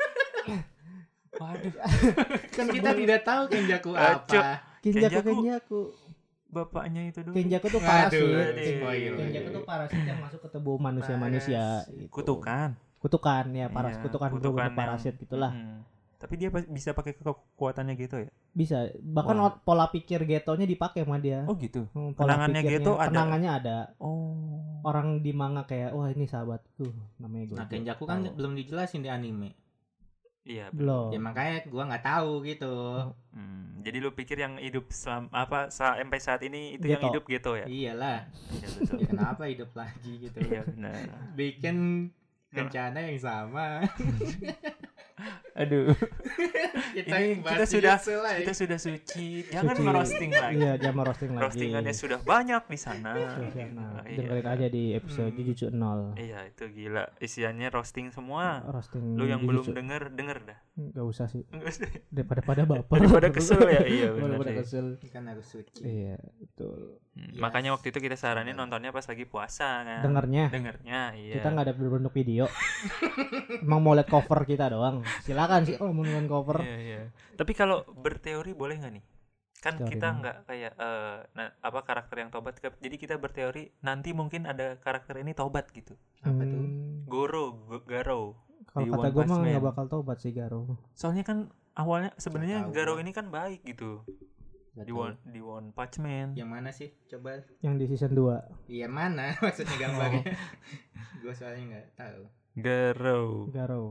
Waduh, Kan kita tidak tahu Kenjaku Acuk. apa. Kenjaku. bapaknya itu dulu. Kenjaku tuh Waduh, parasit. spoiler. Kenjaku tuh parasit yang masuk ke tubuh manusia-manusia. Gitu. Kutukan. Kutukan ya, Iya, kutukan yang- parasit gitulah. Tapi dia bisa pakai kekuatannya gitu ya? Bisa. Bahkan Wah. pola pikir Getonya dipakai sama dia. Oh gitu. Pola Kenangannya pikirnya- Geto ada? Kenangannya ada. Oh. Orang di manga kayak wah ini sahabatku namanya Gojo. Nah, Kenjaku kan Tahu. belum dijelasin di anime. Iya. Belum. Ya makanya gua nggak tahu gitu. Jadi lu pikir yang hidup sampai saat ini itu yang Geto. hidup gitu ya? Iyalah. Iya betul. Ya kenapa hidup lagi gitu? Iya benar. Bikin rencana yang sama. Aduh. Ini bahas kita sudah suci. Jangan Suci. merosting lagi. Iya, jangan roasting lagi. Roastingannya sudah banyak di sana. Nah, Iya. dengerin aja di episode Jujutsu 0. Iya, itu gila. Isiannya roasting semua. Roasting Lu yang belum Jujutsu. denger dah. Enggak usah sih. Daripada baper. Daripada kesel ya. Iya benar Daripada sih. kesel. kan harus suci. Iya, betul. Yes. Makanya waktu itu kita saranin nontonnya pas lagi puasa kan. Dengernya iya. Kita nggak ada berbentuk video. Emang mau lihat cover kita doang. Silakan sih kalau mau nonton cover. Iya. Tapi kalau berteori boleh nggak nih? Kan Teori kita apa? nggak kayak karakter yang tobat. Jadi kita berteori nanti mungkin ada karakter ini tobat gitu. Apa tuh? Garo. Kalau Di kata One gue Punch mah Man. nggak bakal tobat sih Garo. Soalnya kan awalnya sebenarnya tahu Garo gua. ini kan baik gitu. Gak Di tahu. One Punch Man. Yang mana sih? Coba. Yang di season 2. Iya mana maksudnya gambarnya? Gue soalnya nggak tahu. Garo.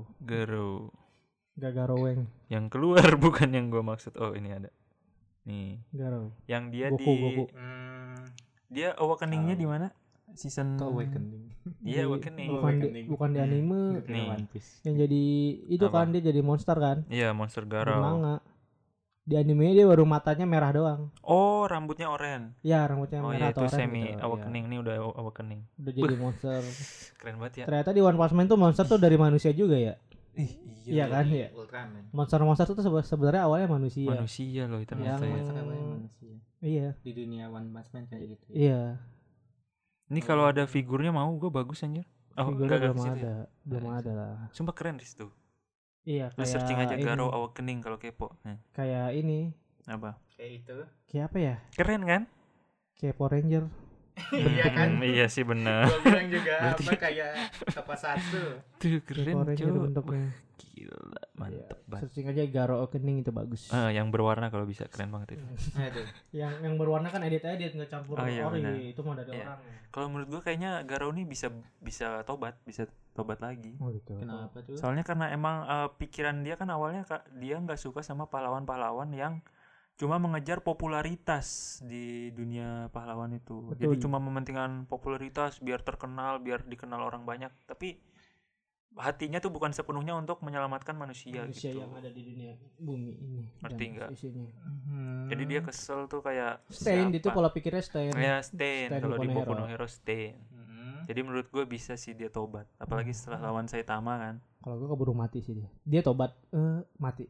Gak Garoweng. Yang keluar bukan yang gue maksud. Oh ini ada. Nih. Garo. Yang dia Goku. dia awakening-nya di mana? Season Awakening. Iya, Awakening. Bukan di anime. Nih. One Piece. Yang jadi itu Apa? kan dia jadi monster kan? Iya, Monster Di Garou. manga. Di anime dia baru matanya merah doang. Oh, rambutnya oranye. Ya rambutnya Oh merah iya, atau itu oranye semi gitu. awakening. Ini udah awakening. Ya. Udah jadi monster. Keren banget ya. Ternyata di One Punch Man tuh monster tuh dari manusia juga ya. Iya kan ya. Ultraman. Monster-monster tuh sebenarnya awalnya manusia. Manusia loh itu Yang- ternyata. manusia. Iya. Di dunia One Punch Man kayak gitu. Iya. Ini kalau ada figurnya mau gue bagus anjir. Oh, Figurnya enggak belum ke situ ada. ya? Belum ada lah. Sumpah keren di situ. Iya Lu kayak searching aja ini. Garou Awakening kalau kepo. Kayak ini. Apa? Kayak itu. Kayak apa ya? Keren kan? Kayak Power Ranger. Iya kan? Iya sih benar. Gue bilang juga Berarti- apa kayak apa satu. Tuh Kayak keren Power Ranger cuy. bentuknya. Gila, mantep Iya. banget. Searching aja Garou Awakening itu bagus. Yang berwarna kalau bisa keren banget itu. Aduh. Yang berwarna kan edit nggak campur Oh, iya, ori. benar. Itu mah dari Iya. orang. Kalau menurut gue kayaknya Garou nih bisa tobat lagi. Oh gitu. Kenapa tuh? Soalnya karena emang pikiran dia kan awalnya dia nggak suka sama pahlawan-pahlawan yang cuma mengejar popularitas di dunia pahlawan itu. Betul. Jadi cuma mementingkan popularitas biar terkenal, biar dikenal orang banyak. Tapi hatinya tuh bukan sepenuhnya untuk menyelamatkan manusia Manusia gitu. yang ada di dunia bumi ini. Ngerti dan nggak? isinya. Jadi dia kesel tuh kayak Stain itu siapa? pola pikirnya Stain. Ya Stain Stain kalau di Boku no Boku no Hero. Hero Stain. Jadi menurut gue bisa sih dia tobat. Apalagi setelah lawan Saitama kan. Kalau gue keburu mati sih dia. Dia tobat mati.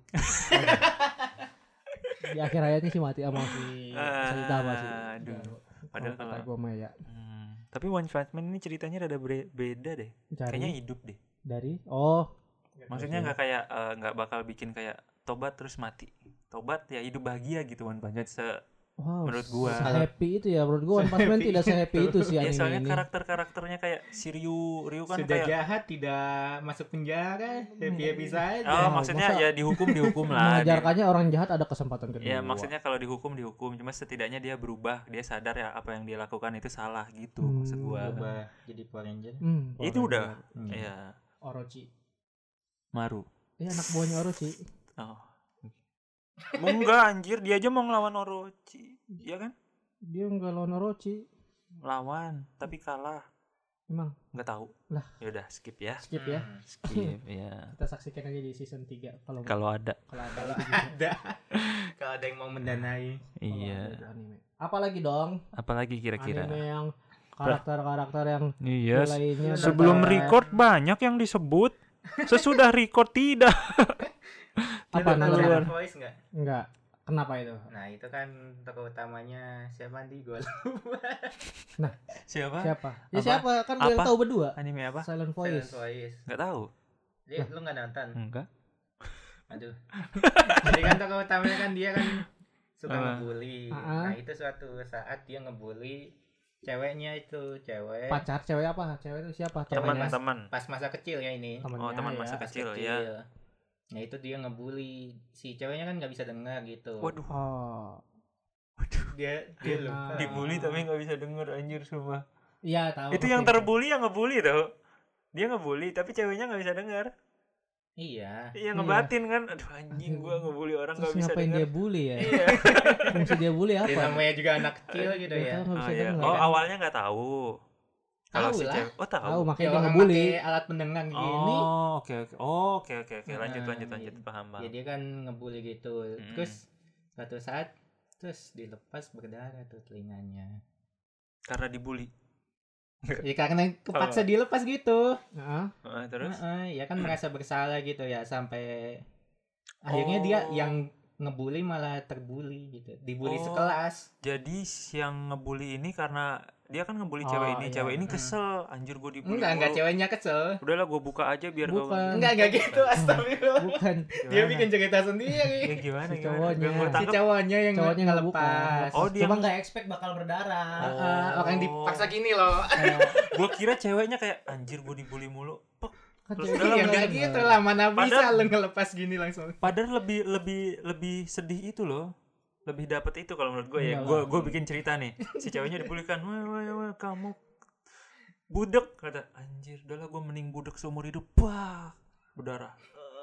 Di akhir ayatnya sih mati sama si Saitama sih. Aduh. Padahal Padahal kata kalau- gue mah ya. Tapi One Punch Man ini ceritanya rada beda deh. Kayaknya hidup deh. Dari Maksudnya nggak kayak nggak bakal bikin kayak tobat terus mati. Tobat ya hidup bahagia gitu One Punch Man. wow, menurut gua. happy itu ya. Menurut gua One Punch Man tidak se-happy itu sih Ya anime soalnya ini. karakternya kayak si Ryu kan Sudah kayak jahat tidak masuk penjara, happy saja. oh maksudnya masa ya dihukum lah. Mengajarkannya orang jahat ada kesempatan kedua. Ya maksudnya kalau dihukum cuma setidaknya dia berubah, dia sadar ya apa yang dia lakukan itu salah gitu maksud gua. Coba jadi Power Ranger. Itu Power udah Ranger. ya Orochi. Maru. Iya anak buahnya Orochi. Oh. Enggak anjir, dia aja mau ngelawan Orochi. Iya kan? Dia enggak lawan Orochi. Lawan, tapi kalah. Emang Enggak tahu. Lah. Ya udah skip ya. skip ya. Skip ya. Kita saksikan aja di season 3 kalau Kalau ada. kalau ada Kalau itu juga. ada, kalau ada yang mau mendanai. Kalau ada Iya. itu anime. Apalagi dong? Apalagi kira-kira? Anime yang karakter-karakter yang Iya. lainnya Sebelum berkata- record banyak yang disebut. Sesudah record tidak. apa Lu namanya? Silent Voice nggak? Enggak. Kenapa itu? Nah itu kan tokoh utamanya siapa nih gue? Siapa? Siapa? Ya Apa? siapa? Kan gue yang Apa? tahu berdua. Anime apa? Silent Silent Voice. Voice. Enggak tahu. Dia lu nggak nonton? Enggak. Aduh. Jadi kan tokoh utamanya kan dia kan suka Apa? ngebully. Ah. Nah itu suatu saat dia ngebully ceweknya itu cewek. Pacar cewek apa? Cewek itu siapa? Temannya? Teman-teman. Pas masa kecil ya ini. Temannya, Oh, teman ya. masa Pas kecil ya. Nah itu dia ngebully si ceweknya kan nggak bisa dengar gitu. Waduh. Oh. Dia lupa. Dibully tapi nggak bisa denger anjir sumpah. Iya, tahu. Itu yang terbully yang ngebully tau. Dia ngebully tapi ceweknya nggak bisa denger. Iya. Iya ngebatin kan. Aduh anjing gua ngebully orang Terus nggak bisa ngapain dia denger. bully ya? Iya. Fungsi dia bully Dia apa? namanya juga anak kecil gitu Dia ya. tahu nggak Oh bisa iya. denger. Oh awalnya nggak tahu. Kalau Tahu si lah. cewek. Oh, tahu. Tahu Ya makanya dia orang ngebully. pakai alat pendengar gini. Oh, oke. Oke. Lanjut. Iya. Paham. Ya dia kan ngebully gitu. Terus suatu saat terus dilepas berdarah tuh telinganya. Karena dibully. Ya karena kepaksa dilepas gitu. Heeh. Terus Ya kan merasa bersalah gitu ya sampai akhirnya dia yang ngebully malah terbully gitu. Dibully sekelas. jadi yang ngebully ini karena dia kan ngebully cewek ini. iya. Cewek ini kesel, anjir gue dibully. Enggak ceweknya kesel. Udahlah gue buka aja biar Bukan. Enggak gitu, astagfirullah. Bukan. Dia bikin cerita sendiri. Ya, gimana? Si cowoknya. Biar gua Si tangkap. cowoknya yang Cowoknya nggak ngelepas. Oh, dia Cuma nggak expect bakal berdarah. Orang dipaksa gini loh. Gue kira ceweknya kayak anjir gue dibully mulu. Pek. Kan Terus ceweknya dalam Ya nggak enggak dengar. gitu lah, mana bisa Padahal- lu ngelepas gini langsung. Padahal lebih sedih itu loh. Lebih dapet itu kalau menurut gue ya. Enggak Gue bikin cerita nih. Si ceweknya dibully kan, wah kamu budek, kata anjir, udahlah gue mending budek seumur hidup. Wah, berdarah.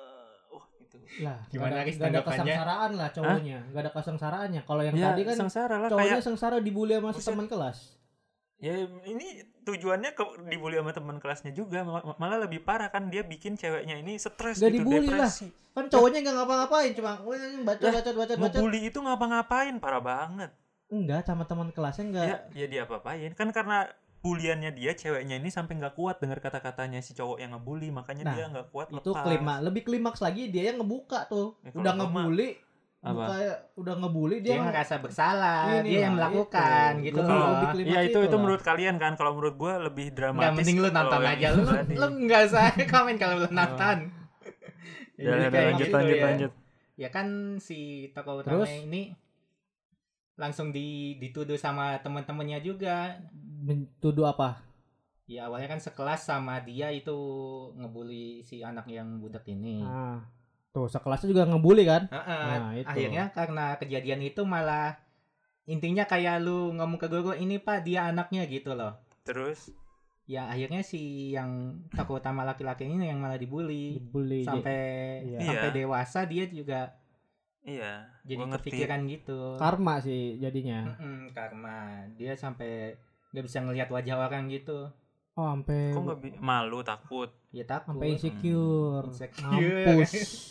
Gitu. Lah, Gimana, nggak Riz, ada tanggapannya? kesengsaraan lah cowoknya, nggak ada kesengsaraannya. Kalau yang Ya, tadi kan sengsara lah cowoknya kayak sengsara dibully sama Buset. teman kelas. ya ini tujuannya dibully sama teman kelasnya juga, malah lebih parah kan, dia bikin ceweknya ini stres Nggak gitu, dibully lah. depresi. Kan cowoknya nggak ngapa-ngapain, cuma bacot. Ngebully itu ngapa-ngapain, parah banget. Enggak, sama teman kelasnya enggak. Ya dia apa-apain kan, karena buliannya dia, ceweknya ini sampai nggak kuat dengar kata-katanya si cowok yang ngebully, makanya Nah, dia nggak kuat Itu lepas. lebih klimaks lagi dia yang ngebuka tuh. Ya, kalau Udah gua mah- ngebully, Apa? udah ngebully Dia dia ngerasa bersalah, Ini dia yang lah, melakukan itu. gitu Lebih- loh. lebih klimaks Ya itu lah. menurut kalian kan, kalau menurut gue lebih dramatis. Enggak, mending lu nonton kalau yang aja. itu tadi. Lu enggak usah komen kalau lu nonton. Ya, Jadi ya, kayak lanjut gitu ya. lanjut. Ya kan si tokoh utama Terus? ini langsung dituduh sama teman-temannya juga. mentuduh apa? Ya awalnya kan sekelas sama dia itu ngebully si anak yang budak ini. Nah, tuh sekelasnya juga ngebully kan? Heeh. Nah, itu. Akhirnya karena kejadian itu malah intinya kayak lu ngomong ke guru, ini Pak dia anaknya gitu loh. Terus Ya akhirnya si yang tokoh utama laki-laki ini yang malah dibully Dibully. sampai Iya. sampai Iya. dewasa dia juga iya, jadi gua ngerti. kepikiran gitu. Karma sih jadinya. Karma dia sampai nggak bisa ngelihat wajah orang gitu. Oh, sampai Kok nggak malu, takut. Ya takut. sampai insecure. Insecure. Mampus.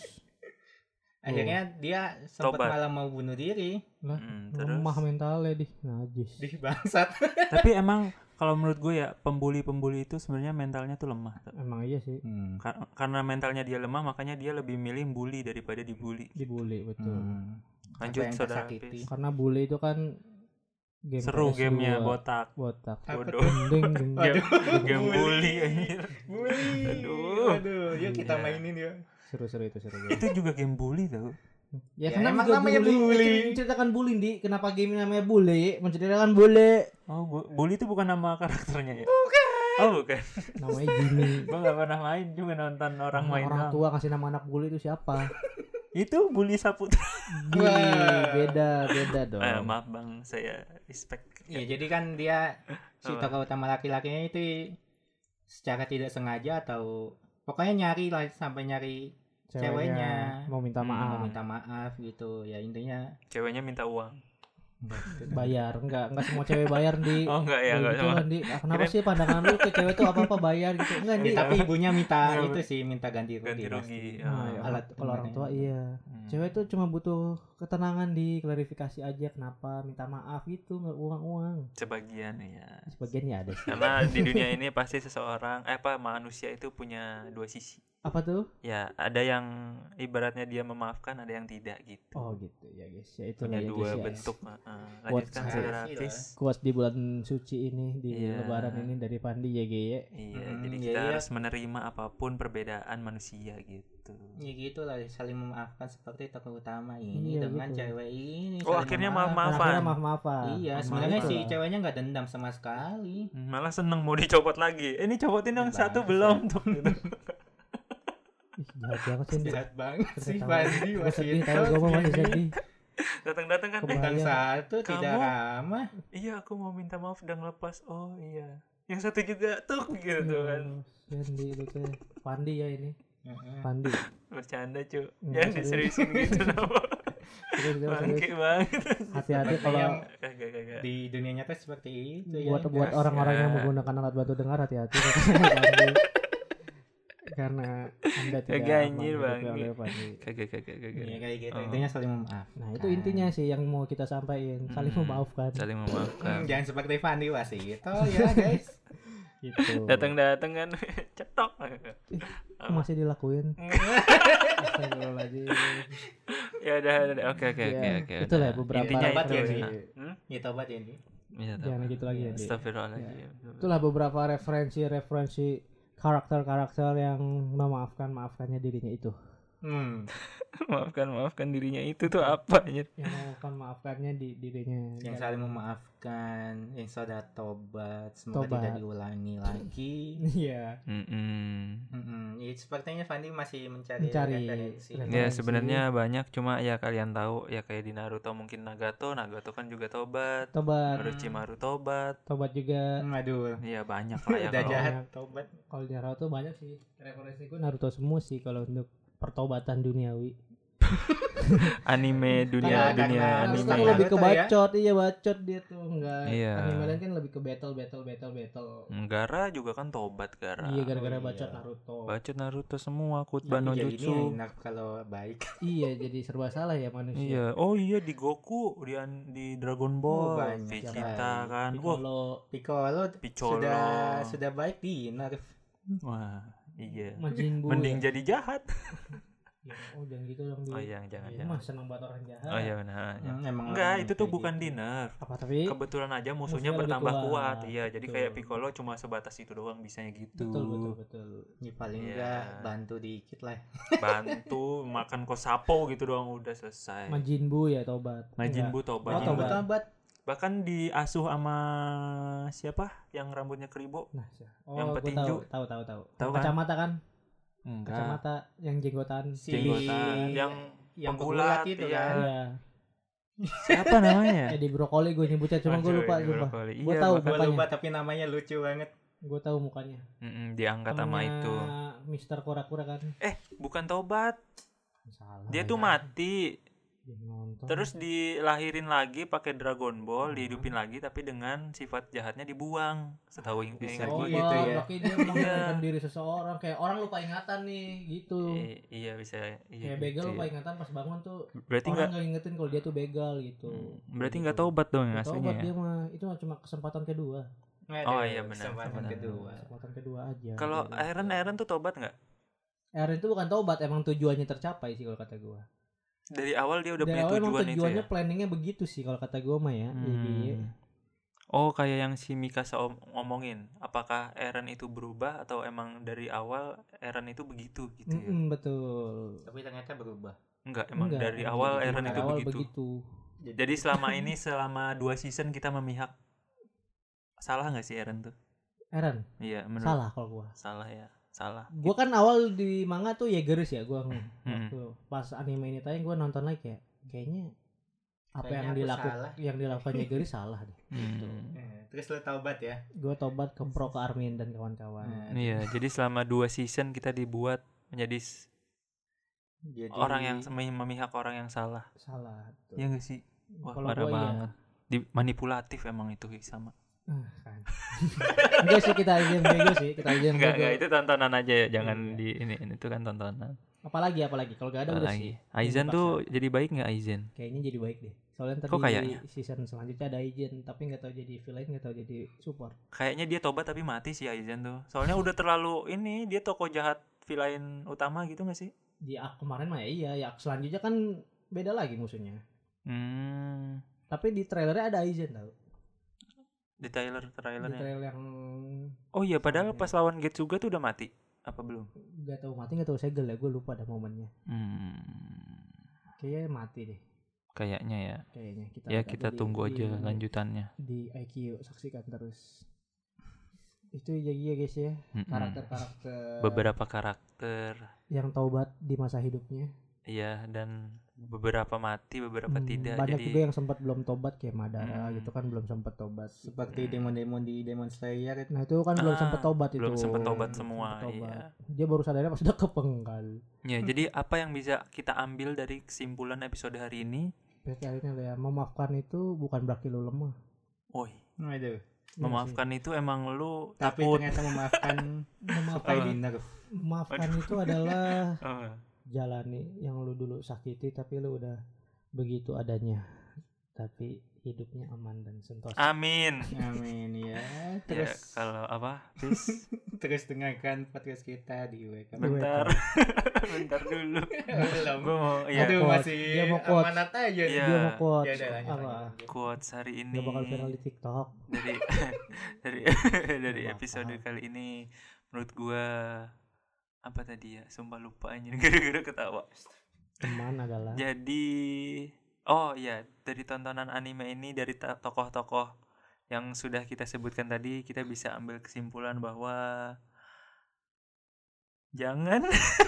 Akhirnya dia sempat Tobat. malah mau bunuh diri. Lah, Terus. lemah mentalnya di najis. Di bangsat. Tapi emang kalau menurut gue ya, pembuli itu sebenarnya mentalnya tuh lemah. Emang iya sih, Karena mentalnya dia lemah, makanya dia lebih milih bully daripada dibully. dibully betul. Lanjut, Apa yang saudara tersakiti. Pis. Karena bully itu kan game Seru PS2. gamenya, botak. Botak. Apa Bodoh. Ding, ding, ding. Game bully anjir. Bully. Aduh. Yuk kita Iya. mainin yuk. Seru itu seru. Itu juga game bully tau. Ya, Ya, kenapa emang juga namanya bully. Menceritakan bully, Di. Kenapa game namanya bully? Menceritakan bully. Oh, bully itu bukan nama karakternya ya? Bukan. Oh, bukan. Namanya Jimmy. Gue gak pernah main, juga nonton orang main Orang doang. tua kasih nama anak bully itu siapa? Itu bully Saputra. Gini, beda dong. Maaf bang, saya respect. Iya, jadi kan dia si Apa? tokoh utama laki-lakinya itu secara tidak sengaja atau pokoknya nyari lah sampai nyari ceweknya. mau minta Hmm, maaf. mau minta maaf gitu. Ya intinya Ceweknya minta uang. Bayar, enggak semua cewek bayar di. Oh enggak ya, enggak gitu sama. kan, Di. Kenapa sih pandangan lu ke cewek tuh apa-apa bayar gitu? Enggak, Di. tapi ibunya minta Iya, itu sih, minta ganti rugi. Ganti pasti. rugi. Nah, Oh, alat kalau orang tua iya. Hmm. Cewek tuh cuma butuh ketenangan, di klarifikasi aja kenapa minta maaf gitu, nggak uang. Sebagian ya. Sebagian ya ada sih. Karena di dunia ini pasti seseorang manusia itu punya dua sisi. Apa tuh? Ya, ada yang ibaratnya dia memaafkan, ada yang tidak gitu. Oh gitu ya guys. Ya itu Punya lah ya dua guys ya. bentuk. Lanjutkan Quotes saudara sih Fis. Kuat di bulan suci ini, di Iya. lebaran ini dari Pandi ya ya. Iya, Hmm, jadi iya, kita iya. harus menerima apapun perbedaan manusia gitu. Ya gitu lah, saling memaafkan seperti tokoh utama ini Iya, dengan gitu. cewek ini. Oh, saling akhirnya memaafkan. maaf-maafan. Akhirnya maaf-maafan. Iya, Maaf-maafan sebenarnya si lah. ceweknya nggak dendam sama sekali. Malah seneng mau dicopot lagi. Ini copotin dong, satu Bangsa. belum tuh. Gitu. Ih, jahat banget sih. Di. Jahat banget sih Terus Pandi Gue masih sedih, itu. tahu gue masih sedih. Datang-datang kan, Kebayang. Bintang satu Kamu- tidak ramah. iya aku mau minta maaf udah ngelepas. Oh iya. Yang satu juga tuh gitu kan. Sandy itu teh. Pandi ya ini. Heeh. Pandi. Bercanda cu. Enggak, Jangan serius. diseriusin gitu nama. Serius, serius. Bangke banget. Hati-hati Seperti kalau yang- Kagak. di dunia nyata seperti itu ya. Buat orang-orang yang menggunakan alat bantu dengar hati-hati karena Anda tidak Kagak bang. Kagak. Iya kayak gitu. Intinya saling memaafkan. Nah, itu intinya sih yang mau kita sampaikan, saling memaafkan. Saling memaafkan. Jangan seperti Fandi Wasito ya, guys. Gitu. Datang kan cetok. Masih dilakuin. Astagfirullahaladzim. Ya udah. Oke. Itulah beberapa intinya itu referensi. ya. Ya tobat ya ini. Jangan gitu lagi ya. Astagfirullahaladzim. Itulah beberapa referensi karakter-karakter yang maafkannya dirinya itu. Maafkan dirinya itu tuh apa aja? Yang maafkannya dirinya. Yang saling memaafkan, yang sudah tobat, semoga tidak diulangi lagi. Iya. Ya, sepertinya Fandi masih mencari referensi. Ya sebenarnya banyak, cuma ya kalian tahu ya kayak di Naruto mungkin Nagato kan juga tobat. Orochimaru tobat juga. Aduh. Iya banyak lah ya. Udah jahat tobat. Kalau di Naruto banyak sih. Referensiku Naruto semua sih kalau untuk pertobatan duniawi. Anime dunia anime lebih ke bacot ya? Iya bacot dia tuh enggak. Iya. Anime lain kan lebih ke battle. Gara juga kan tobat Gara. Iya gara-gara bacot Naruto. Bacot Naruto semua Kutban no Jutsu. Enak kalau baik. Iya jadi serba salah ya manusia. Iya. Oh iya di Goku di Dragon Ball Vegeta kan. Piccolo sudah baik di nerf. Wah, iya. Majin Buu mending jadi jahat. Jangan gitu dong. Jangan. Mah senang banget orang jahat. Oh iya benar. Enggak, itu tuh bukan dinner. Tapi kebetulan aja musuhnya bertambah kuat. Iya, jadi kayak Piccolo cuma sebatas itu doang bisanya gitu. Betul. Ya paling enggak bantu dikit lah. Bantu makan kosapo gitu doang udah selesai. Majin Buu ya tobat. Majin Buu tobat. Bahkan diasuh sama siapa yang rambutnya keribo? Nah, yang petinju. Tahu. Tahu kacamata kan? Enggak. Kacamata yang jenggotan. Yang pegulat itu kan. Iya. Siapa namanya? Di brokoli gue nyebutnya cuma gue lupa. Gue tahu mukanya. Lupa tapi namanya lucu banget. Gue tahu mukanya. Diangkat sama itu. Mister Kura-Kura kan. Bukan tobat. Salah. Dia tuh mati. Terus dilahirin lagi pakai Dragon Ball, dihidupin lagi tapi dengan sifat jahatnya dibuang. Setahu ingat gitu ya. Berarti dia menghilangkan diri seseorang, kayak orang lupa ingatan nih gitu. Iya bisa. Kayak begal lupa ingatan pas bangun tuh. Berarti orang nggak ingetin kalau dia tuh begal gitu. Berarti nggak tobat dong aslinya. Tobat dia mah itu cuma kesempatan kedua. Oh iya benar. Kesempatan kedua aja. Kalau Eren tuh tobat nggak? Eren itu bukan tobat, emang tujuannya tercapai sih kalau kata gue. Dari awal dia udah punya tujuan itu ya? Tujuannya planningnya begitu sih kalau kata gue mah ya. Oh kayak yang si Mikasa ngomongin, apakah Eren itu berubah atau emang dari awal Eren itu begitu gitu ya? Betul. Tapi ternyata berubah. Enggak, dari awal Eren itu begitu. Jadi selama 2 season kita memihak. Salah nggak sih Eren tuh? Eren? Iya menurut. Salah kalau gue. Salah ya. Salah. Gue kan awal di manga tuh Jaegerus ya, gue pas anime ini tayang gue nonton lagi kayaknya yang dilakukan Jaegerus salah deh. Gitu. Terus lo tobat ya? Gue tobat ke Armin dan kawan-kawan. Iya, jadi selama 2 season kita dibuat menjadi orang yang memihak orang yang salah. Iya nggak sih? Wah parah banget. Manipulatif emang itu sama. Kan. Enggak sih kita aja Enggak itu tontonan aja ya, jangan di ini itu kan tontonan. Apalagi kalau gak ada udah sih. Aizen tuh jadi baik nggak Aizen? Kayaknya jadi baik deh. Soalnya tadi season selanjutnya ada Aizen, tapi nggak tahu jadi villain, nggak tahu jadi support. Kayaknya dia tobat tapi mati sih Aizen tuh. Soalnya udah terlalu dia tokoh jahat villain utama gitu nggak sih? Di kemarin mah ya selanjutnya kan beda lagi musuhnya. Tapi di trailernya ada Aizen tau. Di trailernya. Di trailer yang oh iya padahal pas lawan Getsuga tuh udah mati apa belum? Gak tahu mati gak tahu segel ya, gue lupa ada momennya. Kayaknya mati deh. Kayaknya kita tunggu aja lanjutannya. Di IQ saksikan terus. Itu ya guys ya. Karakter. Beberapa karakter yang taubat di masa hidupnya. Iya dan beberapa mati, beberapa tidak. Banyak juga yang sempat belum tobat kayak Madara gitu kan belum sempat tobat. Seperti demon-demon di Demon Slayer. Nah itu kan belum sempat tobat itu. Belum sempat tobat semua. Iya. Dia baru sadarnya pas udah kepenggal. Ya jadi apa yang bisa kita ambil dari kesimpulan episode hari ini? Memaafkan itu bukan berarti lu lemah. Woi, Waduh. memaafkan itu emang lu Tapi takut. ternyata memaafkan Memaafkan, di nerf. memaafkan itu adalah Oh, jalani yang lu dulu sakiti tapi lu udah begitu adanya. Tapi hidupnya aman dan sentosa. amin. Amin ya. Ya, Terus kalau apa? Terus terus dengarkan podcast kita di WK. bentar. Bentar dulu. Belum. Gue mau ya Aduh, quote. masih Dia mau quote. amanat aja nih. Iya. Dia mau quotes Ya udah, lanjut, apa? lanjut. quotes hari ini Gak bakal viral di TikTok. dari dari dari Maaf, episode maaf. kali ini menurut gua apa tadi ya? Sumpah lupa anjir gara-gara ketawa. Teman adalah Jadi oh ya, dari tontonan anime ini dari tokoh-tokoh yang sudah kita sebutkan tadi, kita bisa ambil kesimpulan bahwa jangan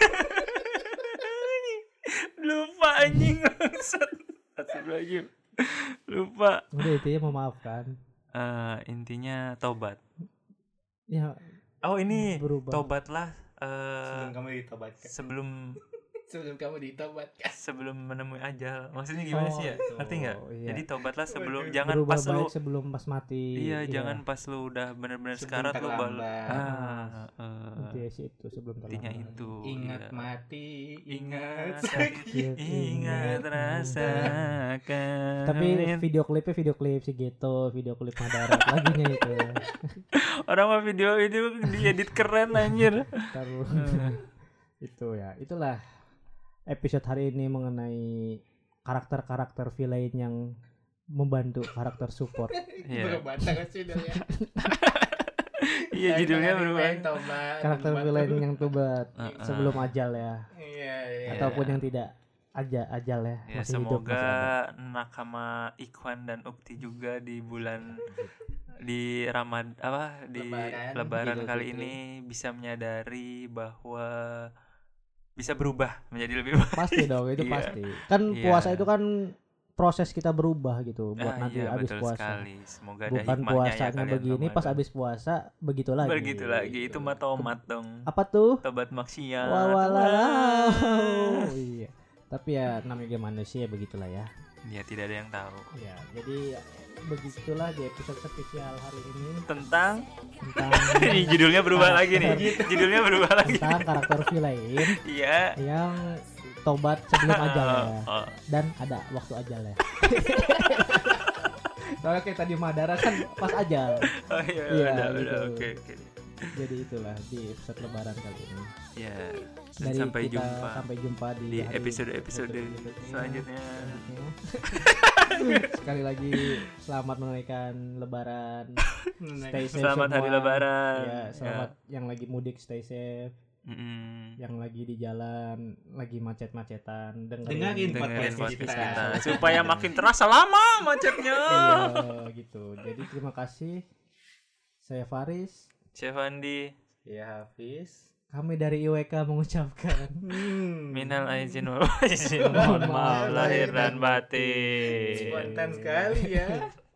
lupa anjing bangsat. Astagfirullahaladzim. Lupa. udah intinya memaafkan. Intinya tobat. Ya Oh ini berubah. tobatlah Sebelum kamu ditobatkan. sebelum Sebelum kamu ditobatkan. sebelum menemui ajal. Maksudnya gimana sih ya? gitu. Ngerti nggak? Iya. Jadi tobatlah sebelum Waduh. jangan Berubah pas lu baik sebelum pas mati. iya jangan pas lu udah benar-benar Sebelum sekarat lu terlambat. Intinya sih itu sebelum intinya terlambat. itu. Ingat iya. mati, Ingat ingat sakit. ingat rasakan. Tapi video klip si Geto, video klip Madarat lagunya itu. orang mah video itu diedit keren anjir. Taruh. Itu ya. Itulah episode hari ini mengenai karakter-karakter villain yang membantu karakter support. Iya. Berubah terus sih dong ya. Iya judulnya berubah. Karakter villain yang tobat sebelum ajal ya. Iya, iya. Ataupun yang tidak ajal ya. Ya Masih hidup, masih ada. semoga Nakama Ikhwan dan Ukti juga di bulan di Lebaran Idul kali Fitri. ini bisa menyadari bahwa bisa berubah menjadi lebih baik. Pasti dong, itu Iya. pasti. Kan Iya. puasa itu kan proses kita berubah gitu buat nanti iya, habis betul puasa. sekali. Semoga ada Bukan hikmahnya puasanya ya kalian begini, pas Ramadan. habis puasa begitu lagi. Begitu lagi itu mah tomat dong. Apa tuh? Tobat maksiat. Wawalau. Iya. Tapi ya namanya manusia begitulah ya. Ya tidak ada yang tahu. Ya, jadi begitulah di episode spesial hari ini Tentang tentang ini judulnya berubah lagi nih. Judulnya berubah lagi. tentang karakter villain Iya. yang tobat sebelum ajal ya. Oh, Dan ada waktu ajal ya. Soalnya kayak tadi Madara kan pas ajal. oh iya, Iya, udah, gitu. oke. Jadi itulah di episode lebaran kali ini. Ya. Dan Dari sampai kita jumpa sampai jumpa di di hari- episode selanjutnya. Sekali lagi selamat menunaikan lebaran. Stay safe Selamat hari semua. Lebaran. Ya, selamat yang lagi mudik stay safe. Mm-mm. Yang lagi di jalan lagi macet-macetan Dengerin Dengerin podcast podcast kita. kita supaya makin terasa lama macetnya. Iya gitu. Jadi terima kasih. Saya Faris. Chef Andi, Ya Hafiz. Kami dari IWK mengucapkan minal aizin wal faizin, mohon maaf lahir dan batin. Spontan sekali ya.